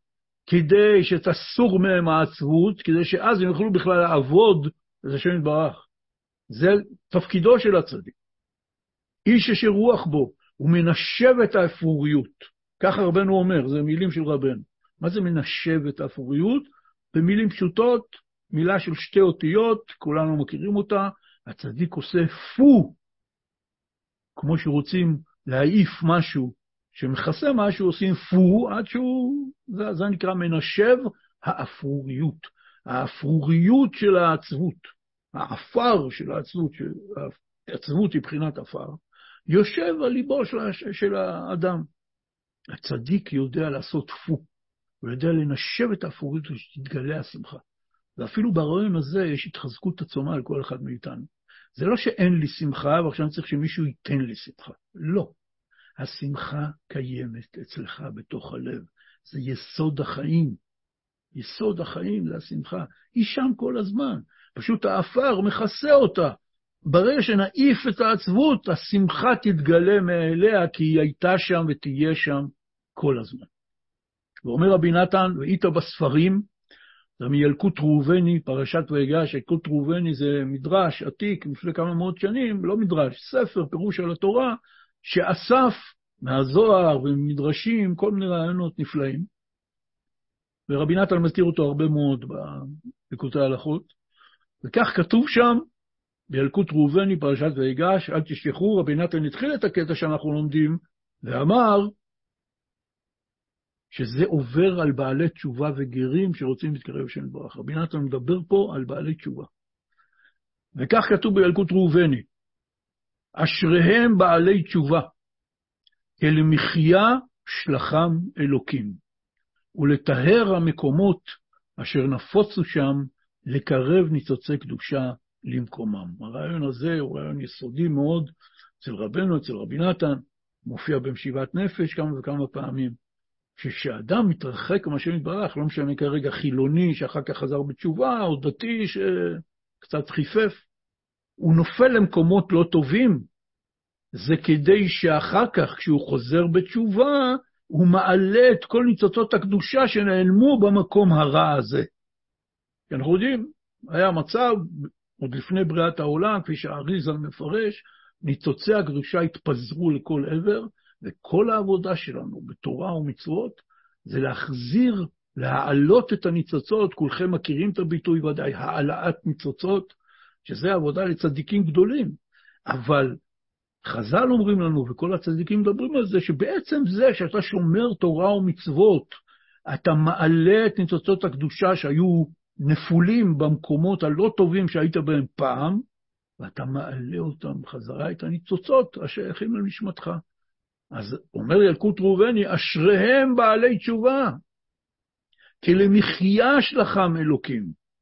כדי שתסור מהם העצבות, כדי שאז הם יוכלו בכלל לעבוד את השם יתברך. זה תפקידו של הצדיק. איש אשר רוח בו, הוא מנשב את האפרוריות. ככה רבנו אומר, זה מילים של רבנו. מה זה מנשב את האפרוריות? במילים פשוטות, מילה של שתי אותיות, כולנו מכירים אותה, הצדיק עושה פו, כמו שרוצים להעיף משהו, שמכסה משהו, עושים פו, עד שהוא, זה, זה נקרא מנשב האפרוריות. האפרוריות של העצבות, האפר של העצבות, העצבות היא בחינת אפר, יושב על ליבו של, של האדם. הצדיק יודע לעשות פו, הוא יודע לנשב את האפרוריות שתתגלה השמחה. ואפילו ברעיון הזה יש התחזקות עצומה על כל אחד מאיתנו. זה לא שאין לי שמחה, ועכשיו אני צריך שמישהו ייתן לי שמחה. לא. השמחה קיימת אצלך בתוך הלב. זה יסוד החיים. יסוד החיים זה השמחה. היא שם כל הזמן. פשוט האפר מכסה אותה. ברגע שנעיף את העצבות, השמחה תתגלה מאליה, כי היא הייתה שם ותהיה שם כל הזמן. ואומר רבי נתן, והיית בספרים, זה מילקוט ראובני, פרשת ויגש, ילקוט ראובני זה מדרש עתיק, לפני כמה מאות שנים, לא מדרש, ספר, פירוש על התורה, שאסף מהזוהר ומדרשים, כל מיני רעיונות נפלאים. ורבי נתן מזכיר אותו הרבה מאוד בליקוטי ההלכות. וכך כתוב שם, בילקוט ראובני, פרשת ויגש, אל תשכחו, רבי נתן התחיל את הקטע שאנחנו לומדים, ואמר, שזה עובר על בעלי תשובה וגרים שרוצים להתקרב שם יתברך. רבי נתן מדבר פה על בעלי תשובה. וכך כתוב בילקוט ראובני, אשריהם בעלי תשובה, כי למחיה שלחם אלוקים, ולטהר המקומות אשר נפוצו שם, לקרב ניצוצי קדושה למקומם. הרעיון הזה הוא רעיון יסודי מאוד, אצל רבנו, אצל רבי נתן, מופיע במשיבת נפש כמה וכמה פעמים. כשאדם מתרחק מהשם יתברך, לא משנה כרגע חילוני שאחר כך חזר בתשובה, או דתי שקצת חיפף, הוא נופל למקומות לא טובים. זה כדי שאחר כך, כשהוא חוזר בתשובה, הוא מעלה את כל ניצוצות הקדושה שנעלמו במקום הרע הזה. כי אנחנו יודעים, היה מצב, עוד לפני בריאת העולם, כפי שהאריז"ל מפרש, ניצוצי הקדושה התפזרו לכל עבר, וכל העבודה שלנו בתורה ומצוות, זה להחזיר, להעלות את הניצוצות, כולכם מכירים את הביטוי ודאי, העלאת ניצוצות, שזה עבודה לצדיקים גדולים. אבל חז"ל אומרים לנו, וכל הצדיקים מדברים על זה, שבעצם זה שאתה שומר תורה ומצוות, אתה מעלה את ניצוצות הקדושה שהיו נפולים במקומות הלא טובים שהיית בהם פעם, ואתה מעלה אותם חזרה את הניצוצות השייכים לנשמתך. אז אומר ילקוט ראובני, אשריהם בעלי תשובה, כי למחיה שלחם אלוקים.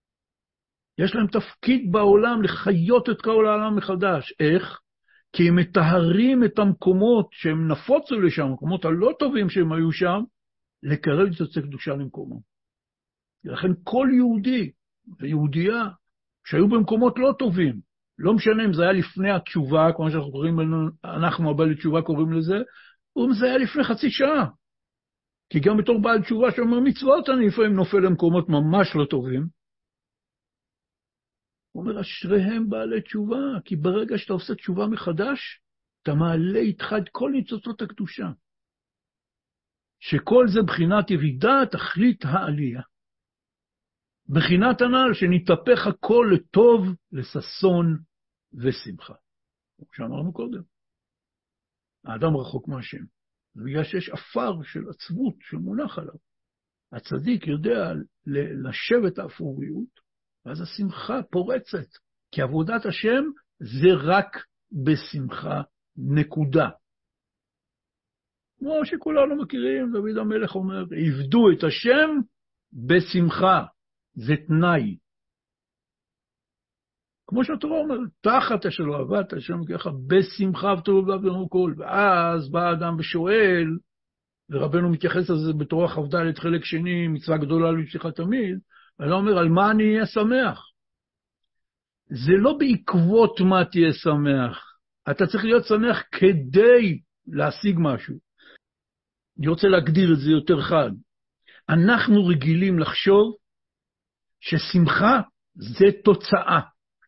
יש להם תפקיד בעולם לחיות את כל העולם מחדש. איך? כי הם מטהרים את המקומות שהם נפוצו לשם, המקומות הלא טובים שהם היו שם, לקרב ניצוצי קדושה למקומם. ולכן כל יהודי ויהודייה שהיו במקומות לא טובים, לא משנה אם זה היה לפני התשובה, כמו שאנחנו קוראים, אנחנו הבעלי תשובה קוראים לזה, או אם זה היה לפני חצי שעה. כי גם בתור בעל תשובה שאומר מצוות, אני לפעמים נופל למקומות ממש לא טובים. הוא אומר, אשריהם בעלי תשובה, כי ברגע שאתה עושה תשובה מחדש, אתה מעלה איתך את כל ניצוצות הקדושה. שכל זה בחינת ירידה, תכלית העלייה. בחינת הנ"ל שנתהפך הכל לטוב, לששון ושמחה. כמו שאמרנו קודם. האדם רחוק מהשם. בגלל שיש אפר של עצבות שמונח עליו. הצדיק יודע לשבת את האפוריות, ואז השמחה פורצת. כי עבודת השם זה רק בשמחה נקודה. כמו שכולנו מכירים, דוד המלך אומר, עבדו את השם בשמחה. זה תנאי. כמו שהתורה אומרת, תחת אשר לא עבדת השם ככה, בשמחה וטוב לבב יאמרו כל. ואז בא האדם ושואל, ורבנו מתייחס לזה בתורה כ"ד חלק שני, מצווה גדולה להמשיכה תמיד, ואני אומר, על מה אני אהיה שמח? זה לא בעקבות מה תהיה שמח. אתה צריך להיות שמח כדי להשיג משהו. אני רוצה להגדיר את זה יותר חד. אנחנו רגילים לחשוב ששמחה זה תוצאה.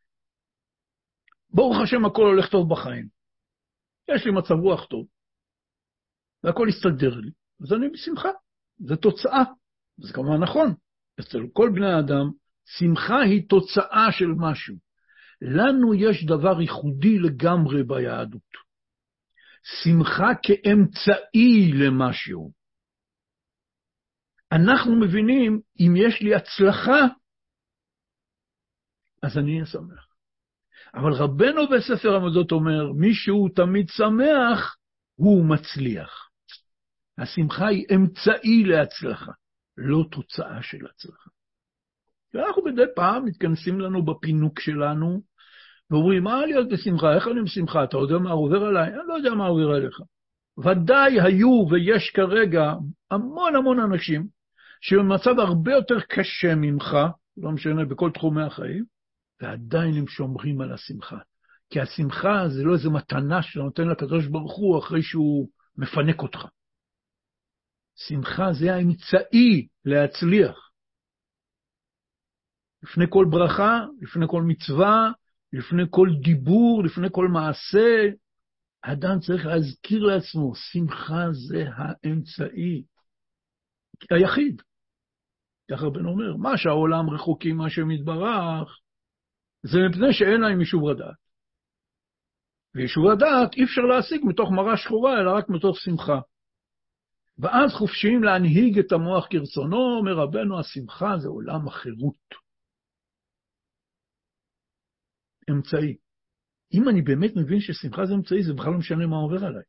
ברוך השם, הכל הולך טוב בחיים. יש לי מצב רוח טוב, והכל יסתדר לי. אז אני בשמחה. זה תוצאה. זה כמובן נכון. אצל כל בני האדם, שמחה היא תוצאה של משהו. לנו יש דבר ייחודי לגמרי ביהדות. שמחה כאמצעי למשהו. אנחנו מבינים, אם יש לי הצלחה, אז אני אהיה שמח. אבל רבנו בספר המזות אומר, מי שהוא תמיד שמח, הוא מצליח. השמחה היא אמצעי להצלחה, לא תוצאה של הצלחה. ואנחנו מדי פעם מתכנסים לנו בפינוק שלנו, ואומרים, מה להיות בשמחה? איך אני בשמחה? אתה יודע מה עובר עליי? אני לא יודע מה עובר עליך. ודאי היו ויש כרגע המון המון אנשים, שבמצב הרבה יותר קשה ממך, לא משנה, בכל תחומי החיים, ועדיין הם שומרים על השמחה. כי השמחה זה לא איזו מתנה שאתה נותן לקדוש ברוך הוא אחרי שהוא מפנק אותך. שמחה זה האמצעי להצליח. לפני כל ברכה, לפני כל מצווה, לפני כל דיבור, לפני כל מעשה, האדם צריך להזכיר לעצמו, שמחה זה האמצעי היחיד. ככה רבנו אומר, מה שהעולם רחוקים, מה שמתברך, זה מפני שאין להם יישוב הדעת. ויישוב הדעת אי אפשר להשיג מתוך מראה שחורה, אלא רק מתוך שמחה. ואז חופשיים להנהיג את המוח כרצונו, אומר רבנו, השמחה זה עולם החירות. אמצעי. אם אני באמת מבין ששמחה זה אמצעי, זה בכלל לא משנה מה עובר עליי.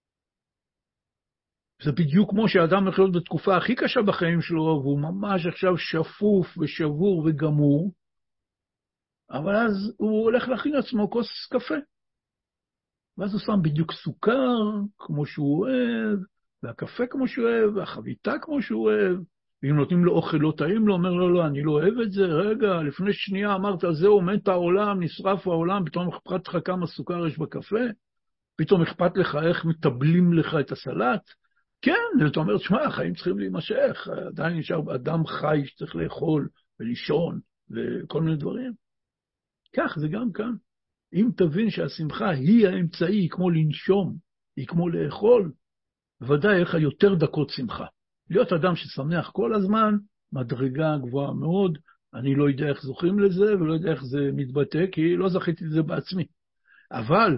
זה בדיוק כמו שאדם יכול להיות בתקופה הכי קשה בחיים שלו, והוא ממש עכשיו שפוף ושבור וגמור, אבל אז הוא הולך להכין עצמו כוס קפה. ואז הוא שם בדיוק סוכר כמו שהוא אוהב, והקפה כמו שהוא אוהב, והחביתה כמו שהוא אוהב, ואם נותנים לו אוכל לא טעים לו, אומר לו, לא, אני לא אוהב את זה, רגע, לפני שנייה אמרת, זהו, מת העולם, נשרף העולם, פתאום אכפת לך כמה סוכר יש בקפה, פתאום אכפת לך איך מטבלים לך את הסלט, כן, אתה אומר, תשמע, החיים צריכים להימשך, עדיין נשאר אדם חי שצריך לאכול ולישון וכל מיני דברים. כך זה גם כאן. אם תבין שהשמחה היא האמצעי, היא כמו לנשום, היא כמו לאכול, בוודאי יהיה לך יותר דקות שמחה. להיות אדם ששמח כל הזמן, מדרגה גבוהה מאוד, אני לא יודע איך זוכים לזה, ולא יודע איך זה מתבטא, כי לא זכיתי לזה בעצמי. אבל,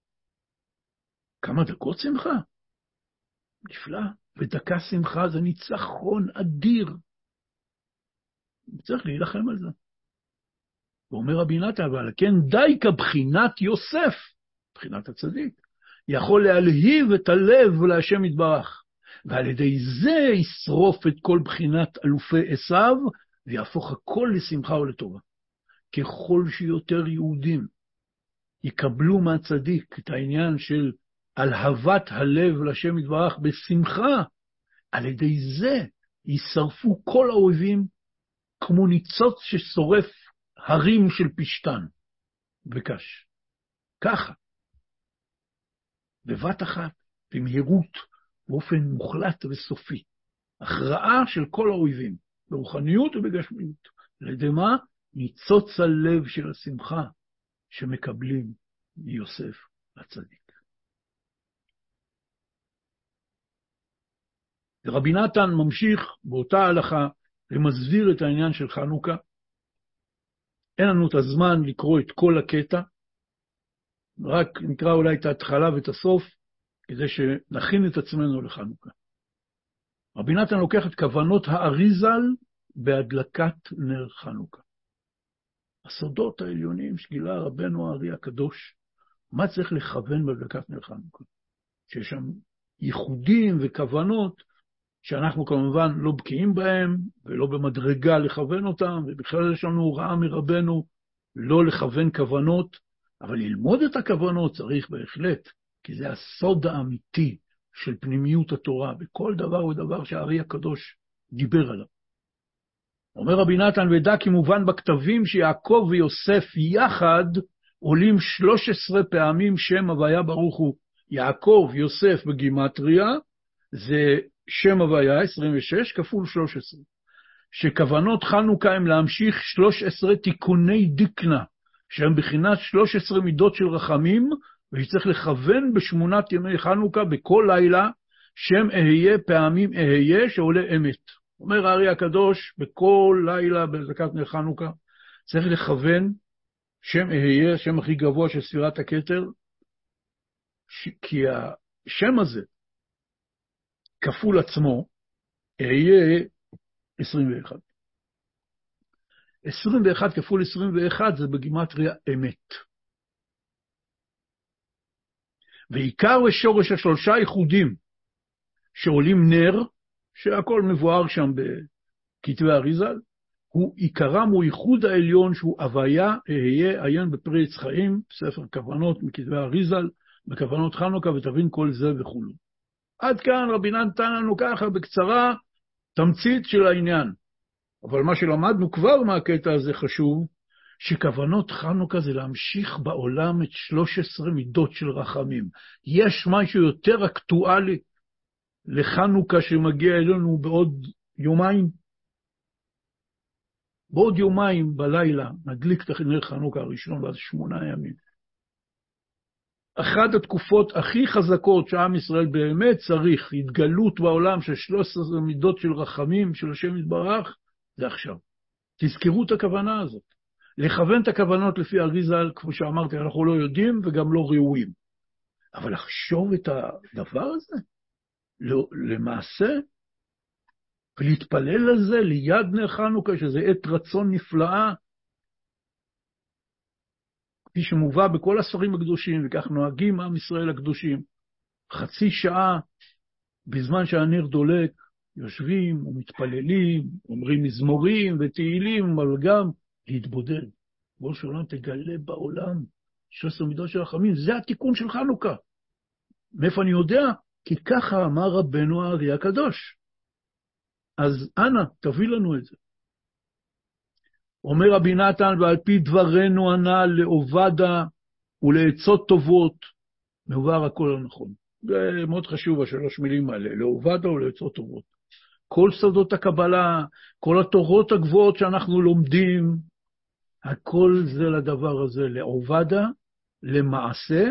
כמה דקות שמחה? נפלא. ודקה שמחה זה ניצחון אדיר. צריך להילחם על זה. ואומר רבי נתן, אבל כן די כבחינת יוסף, בחינת הצדיק, יכול להלהיב את הלב להשם יתברך, ועל ידי זה ישרוף את כל בחינת אלופי עשיו, ויהפוך הכל לשמחה ולטובה. ככל שיותר יהודים יקבלו מהצדיק את העניין של הלהבת הלב להשם יתברך בשמחה, על ידי זה ישרפו כל האויבים כמו ניצוץ ששורף הרים של פשטן וקש. ככה. בבת אחת, במהירות, באופן מוחלט וסופי. הכרעה של כל האויבים, ברוחניות ובגשמיות. על ידי מה? ניצוץ הלב של השמחה שמקבלים מיוסף הצדיק. רבי נתן ממשיך באותה הלכה ומסביר את העניין של חנוכה. אין לנו את הזמן לקרוא את כל הקטע, רק נקרא אולי את ההתחלה ואת הסוף, כדי שנכין את עצמנו לחנוכה. רבי נתן לוקח את כוונות האריזל בהדלקת נר חנוכה. הסודות העליונים שגילה רבנו הארי הקדוש, מה צריך לכוון בהדלקת נר חנוכה? שיש שם ייחודים וכוונות, שאנחנו כמובן לא בקיאים בהם, ולא במדרגה לכוון אותם, ובכלל יש לנו הוראה מרבנו לא לכוון כוונות, אבל ללמוד את הכוונות צריך בהחלט, כי זה הסוד האמיתי של פנימיות התורה, בכל דבר ודבר שהארי הקדוש דיבר עליו. אומר רבי נתן, ודע כי מובן בכתבים שיעקב ויוסף יחד, עולים שלוש עשרה פעמים שם הוויה ברוך הוא. יעקב, יוסף בגימטריה, זה שם הוויה, עשרים ושש, כפול שלוש עשרה. שכוונות חנוכה הם להמשיך שלוש עשרה תיקוני דיקנה, שהם בחינת שלוש עשרה מידות של רחמים, ושצריך לכוון בשמונת ימי חנוכה בכל לילה, שם אהיה פעמים אהיה שעולה אמת. אומר הארי הקדוש, בכל לילה בהדלקת נר חנוכה, צריך לכוון שם אהיה, השם הכי גבוה של ספירת הכתר, ש... כי השם הזה, כפול עצמו, אהיה עשרים ואחת. עשרים ואחת כפול עשרים ואחת זה בגימטריה אמת. ועיקר ושורש השלושה ייחודים שעולים נר, שהכל מבואר שם בכתבי אריז"ל, הוא עיקרם הוא ייחוד העליון שהוא הוויה אהיה עיין בפרי עץ חיים, ספר כוונות מכתבי אריז"ל, בכוונות חנוכה ותבין כל זה וכולו. עד כאן רבינן נתן לנו ככה בקצרה תמצית של העניין. אבל מה שלמדנו כבר מהקטע הזה חשוב, שכוונות חנוכה זה להמשיך בעולם את שלוש עשרה מידות של רחמים. יש משהו יותר אקטואלי לחנוכה שמגיע אלינו בעוד יומיים? בעוד יומיים בלילה נדליק את נר חנוכה הראשון ועד שמונה ימים. אחת התקופות הכי חזקות שעם ישראל באמת צריך התגלות בעולם של שלוש עשרה מידות של רחמים של השם יתברך, זה עכשיו. תזכרו את הכוונה הזאת. לכוון את הכוונות לפי אריז"ל, כמו שאמרתי, אנחנו לא יודעים וגם לא ראויים. אבל לחשוב את הדבר הזה, למעשה, ולהתפלל על זה ליד נר חנוכה, שזה עת רצון נפלאה, כפי שמובא בכל הספרים הקדושים, וכך נוהגים עם ישראל הקדושים, חצי שעה בזמן שהנר דולק, יושבים ומתפללים, אומרים מזמורים ותהילים, אבל גם להתבודד. בוא שעולם תגלה בעולם שלוש עשרה מידות של רחמים, זה התיקון של חנוכה. מאיפה אני יודע? כי ככה אמר רבנו הארי הקדוש. אז אנא, תביא לנו את זה. אומר רבי נתן, ועל פי דברנו ענה לעובדה ולעצות טובות, מעובר הכל הנכון. זה מאוד חשוב, השלוש מילים האלה, לעובדה ולעצות טובות. כל סודות הקבלה, כל התורות הגבוהות שאנחנו לומדים, הכל זה לדבר הזה, לעובדה, למעשה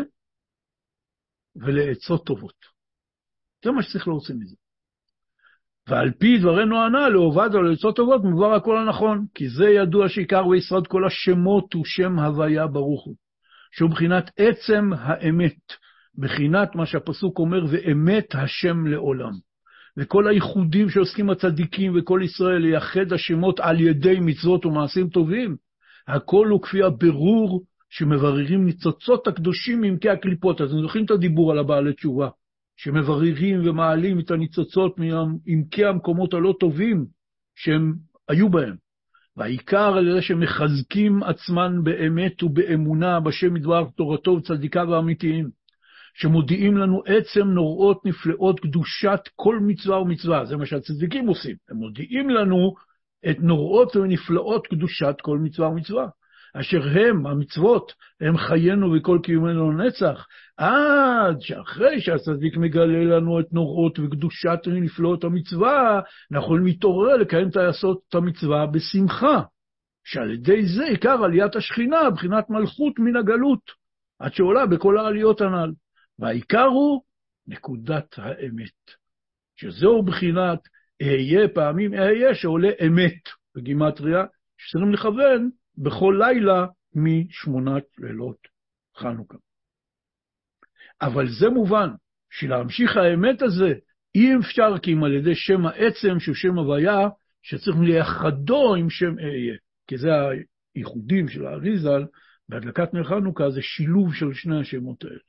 ולעצות טובות. זה מה שצריך להוציא מזה. ועל פי דברנו ענה, לעובדה ולעצות טובות, מובהר הכל הנכון, כי זה ידוע שעיקר ויסוד כל השמות הוא שם הוויה ברוך הוא, שהוא בחינת עצם האמת, בחינת מה שהפסוק אומר, ואמת השם לעולם. וכל הייחודים שעוסקים הצדיקים וכל ישראל לייחד השמות על ידי מצוות ומעשים טובים, הכל הוא כפי הבירור שמבררים ניצוצות הקדושים מעמקי הקליפות. אז זוכרים את הדיבור על הבעלי תשובה, שמבררים ומעלים את הניצוצות מעמקי המקומות הלא טובים שהם היו בהם. והעיקר על זה שמחזקים עצמן באמת ובאמונה בשם יתברך תורתו וצדיקיו האמיתיים, שמודיעים לנו עצם נוראות נפלאות קדושת כל מצווה ומצווה. זה מה שהצדיקים עושים. הם מודיעים לנו את נוראות ונפלאות קדושת כל מצווה ומצווה. אשר הם, המצוות, הם חיינו וכל קיומנו לנצח, עד שאחרי שהצדיק מגלה לנו את נוראות וקדושת ונפלאות המצווה, אנחנו יכולים להתעורר לקיים לעשות את המצווה בשמחה, שעל ידי זה עיקר עליית השכינה, בחינת מלכות מן הגלות, עד שעולה בכל העליות הנ"ל. והעיקר הוא נקודת האמת, שזהו בחינת אהיה פעמים אהיה שעולה אמת בגימטריה, שצריכים לכוון בכל לילה משמונת לילות חנוכה. אבל זה מובן, שלהמשיך האמת הזה, אי אפשר כי אם על ידי שם העצם, שהוא שם הוויה, שצריך לייחדו עם שם אהיה. כי זה הייחודים של האריז"ל, בהדלקת נר חנוכה, זה שילוב של שני השמות האלה.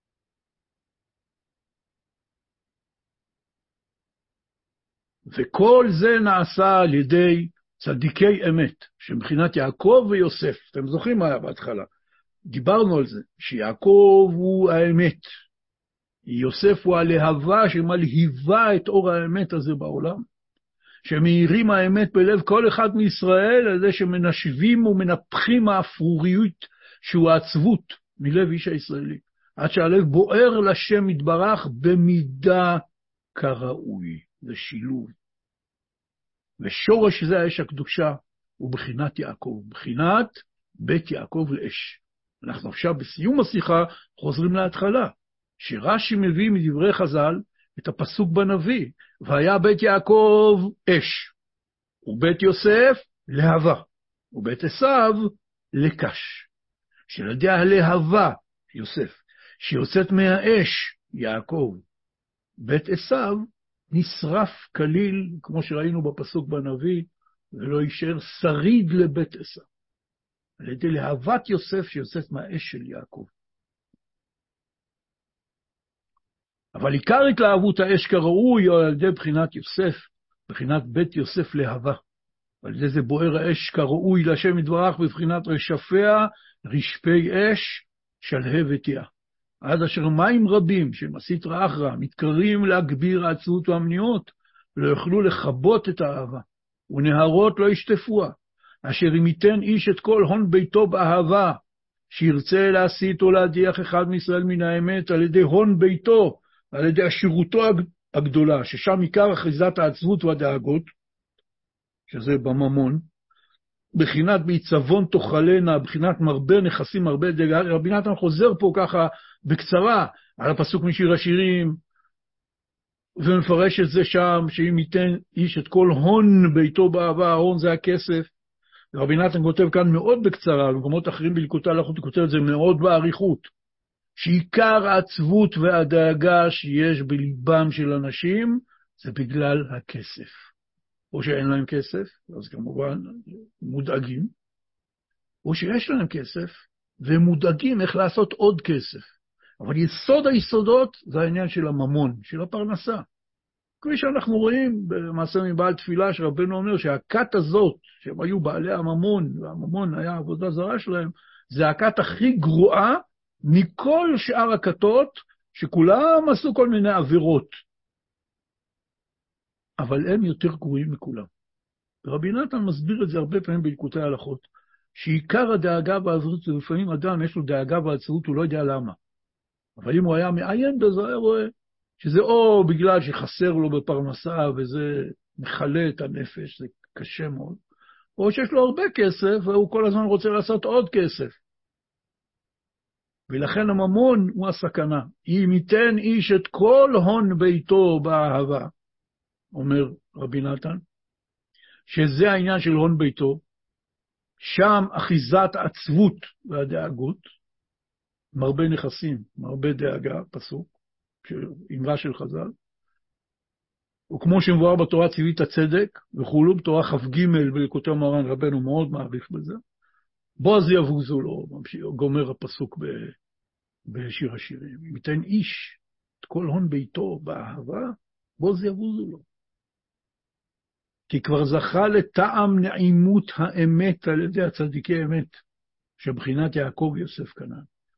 וכל זה נעשה על ידי צדיקי אמת, שמבחינת יעקב ויוסף. אתם זוכרים מה היה בהתחלה? דיברנו על זה, שיעקב הוא האמת, יוסף הוא הלהבה שמלהיבה את אור האמת הזה בעולם, שמאירים האמת בלב כל אחד מישראל, על זה שמנשבים ומנפחים האפרוריות שהוא העצבות מלב איש הישראלי, עד שהלב בוער לשם יתברך במידה כראוי. זה שילוב. ושורש זה האש הקדושה הוא בחינת יעקב, בחינת בית יעקב לאש. אנחנו עכשיו בסיום השיחה חוזרים להתחלה, שרש"י מביא מדברי חז"ל את הפסוק בנביא, והיה בית יעקב אש, ובית יוסף להבה, ובית עשיו לקש. שלדי הלהבה, יוסף, שיוצאת מהאש, יעקב, בית עשיו נשרף כליל, כמו שראינו בפסוק בנביא, ולא יישאר שריד לבית עשיו. על ידי להבת יוסף שיוצאת מהאש של יעקב. אבל עיקר התלהבות האש כראוי על ידי בחינת יוסף, בחינת בית יוסף להבה. על ידי זה בוער האש כראוי להשם יתברך בבחינת רשפיה, רשפי אש, שלהבת יה. עד אשר מים רבים של מסית אחרא מתקררים להגביר העצבות והמניעות, לא יוכלו לכבות את האהבה, ונהרות לא ישטפוה, אשר אם ייתן איש את כל הון ביתו באהבה, שירצה להסית או להדיח אחד מישראל מן האמת על ידי הון ביתו, על ידי עשירותו הגדולה, ששם עיקר אחיזת העצבות והדאגות, שזה בממון, בחינת בעיצבון תאכלנה, בחינת מרבה נכסים, מרבה דאגה. רבי נתן חוזר פה ככה בקצרה על הפסוק משיר השירים, ומפרש את זה שם, שאם ייתן איש את כל הון ביתו באהבה, ההון זה הכסף. רבי נתן כותב כאן מאוד בקצרה, במקומות אחרים בליקוטי הלכות, הוא כותב את זה מאוד באריכות, שעיקר העצבות והדאגה שיש בליבם של אנשים, זה בגלל הכסף. או שאין להם כסף, אז כמובן מודאגים, או שיש להם כסף, והם מודאגים איך לעשות עוד כסף. אבל יסוד היסודות זה העניין של הממון, של הפרנסה. כפי שאנחנו רואים במעשה מבעל תפילה, שרבנו אומר שהכת הזאת, שהם היו בעלי הממון, והממון היה עבודה זרה שלהם, זה הכת הכי גרועה מכל שאר הכתות, שכולם עשו כל מיני עבירות. אבל הם יותר גרועים מכולם. רבי נתן מסביר את זה הרבה פעמים בליקוטי ההלכות, שעיקר הדאגה והעצבות, לפעמים אדם יש לו דאגה והעצבות, הוא לא יודע למה. אבל אם הוא היה מעיין בזה, היה רואה שזה או בגלל שחסר לו בפרנסה, וזה מחלה את הנפש, זה קשה מאוד, או שיש לו הרבה כסף, והוא כל הזמן רוצה לעשות עוד כסף. ולכן הממון הוא הסכנה. אם ייתן איש את כל הון ביתו באהבה, אומר רבי נתן, שזה העניין של הון ביתו, שם אחיזת העצבות והדאגות, מרבה נכסים, מרבה דאגה, פסוק, אמרה של חז"ל, וכמו שמבואר בתורה ציווית הצדק, וכולו בתורה כ"ג בליקוטי מוהר"ן, רבנו מאוד מעריך בזה, בוז יבוזו לו, גומר הפסוק בשיר השירים, אם ייתן איש את כל הון ביתו באהבה, בוז יבוזו לו. כי כבר זכה לטעם נעימות האמת על ידי הצדיקי אמת, שבחינת יעקב יוסף כנען.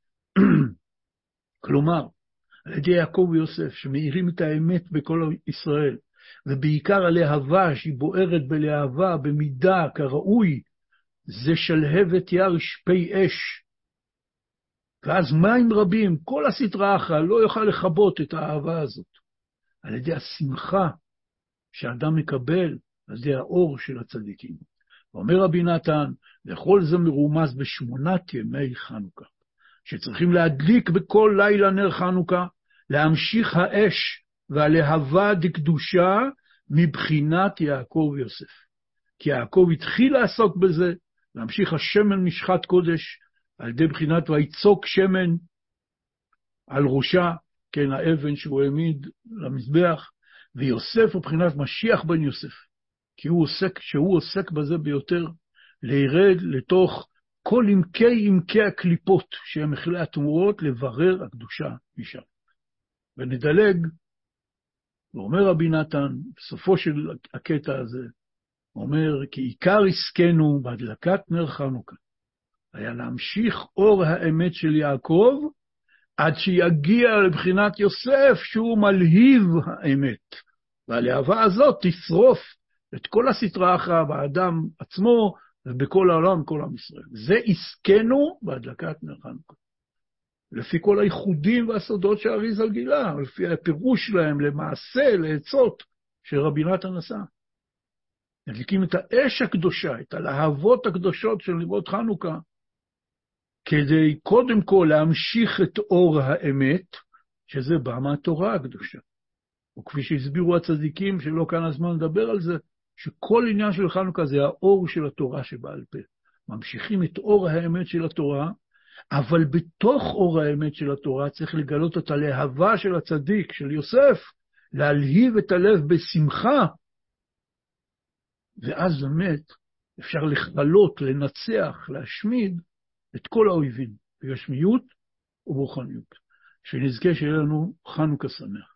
כלומר, על ידי יעקב ויוסף, שמאירים את האמת בכל ישראל, ובעיקר הלהבה שהיא בוערת בלהבה, במידה כראוי, זה שלהבת יה רשפי אש. ואז מים רבים, כל הסטרא אחרא לא יוכל לכבות את האהבה הזאת. על ידי השמחה שאדם מקבל, על ידי האור של הצדיקים. ואומר רבי נתן, וכל זה מרומז בשמונת ימי חנוכה, שצריכים להדליק בכל לילה נר חנוכה, להמשיך האש והלהבה דקדושה מבחינת יעקב ויוסף. כי יעקב התחיל לעסוק בזה, להמשיך השמן משחת קודש, על ידי בחינת ויצוק שמן על ראשה, כן, האבן שהוא העמיד למזבח, ויוסף הוא בחינת משיח בן יוסף, כי הוא עוסק, שהוא עוסק בזה ביותר, לירד לתוך כל עמקי עמקי הקליפות, שהם מכלי התמורות, לברר הקדושה משם. ונדלג, ואומר רבי נתן, בסופו של הקטע הזה, אומר, כי עיקר עסקנו בהדלקת נר חנוכה, היה להמשיך אור האמת של יעקב, עד שיגיע לבחינת יוסף, שהוא מלהיב האמת. והלהבה הזאת תשרוף את כל הסטרא אחרא באדם עצמו, ובכל העולם, כל עם ישראל. זה עסקנו בהדלקת נר חנוכה. לפי כל הייחודים והסודות שהאריז"ל גילה, לפי הפירוש שלהם למעשה, לעצות, שרבי נתן עשה. מדליקים את האש הקדושה, את הלהבות הקדושות של נרות חנוכה, כדי קודם כל להמשיך את אור האמת, שזה בא מהתורה הקדושה. וכפי שהסבירו הצדיקים, שלא כאן הזמן לדבר על זה, שכל עניין של חנוכה זה האור של התורה שבעל פה. ממשיכים את אור האמת של התורה, אבל בתוך אור האמת של התורה צריך לגלות את הלהבה של הצדיק, של יוסף, להלהיב את הלב בשמחה, ואז באמת אפשר לכלות, לנצח, להשמיד את כל האויבים, בגשמיות וברוחניות. שנזכה שיהיה לנו חנוכה שמח.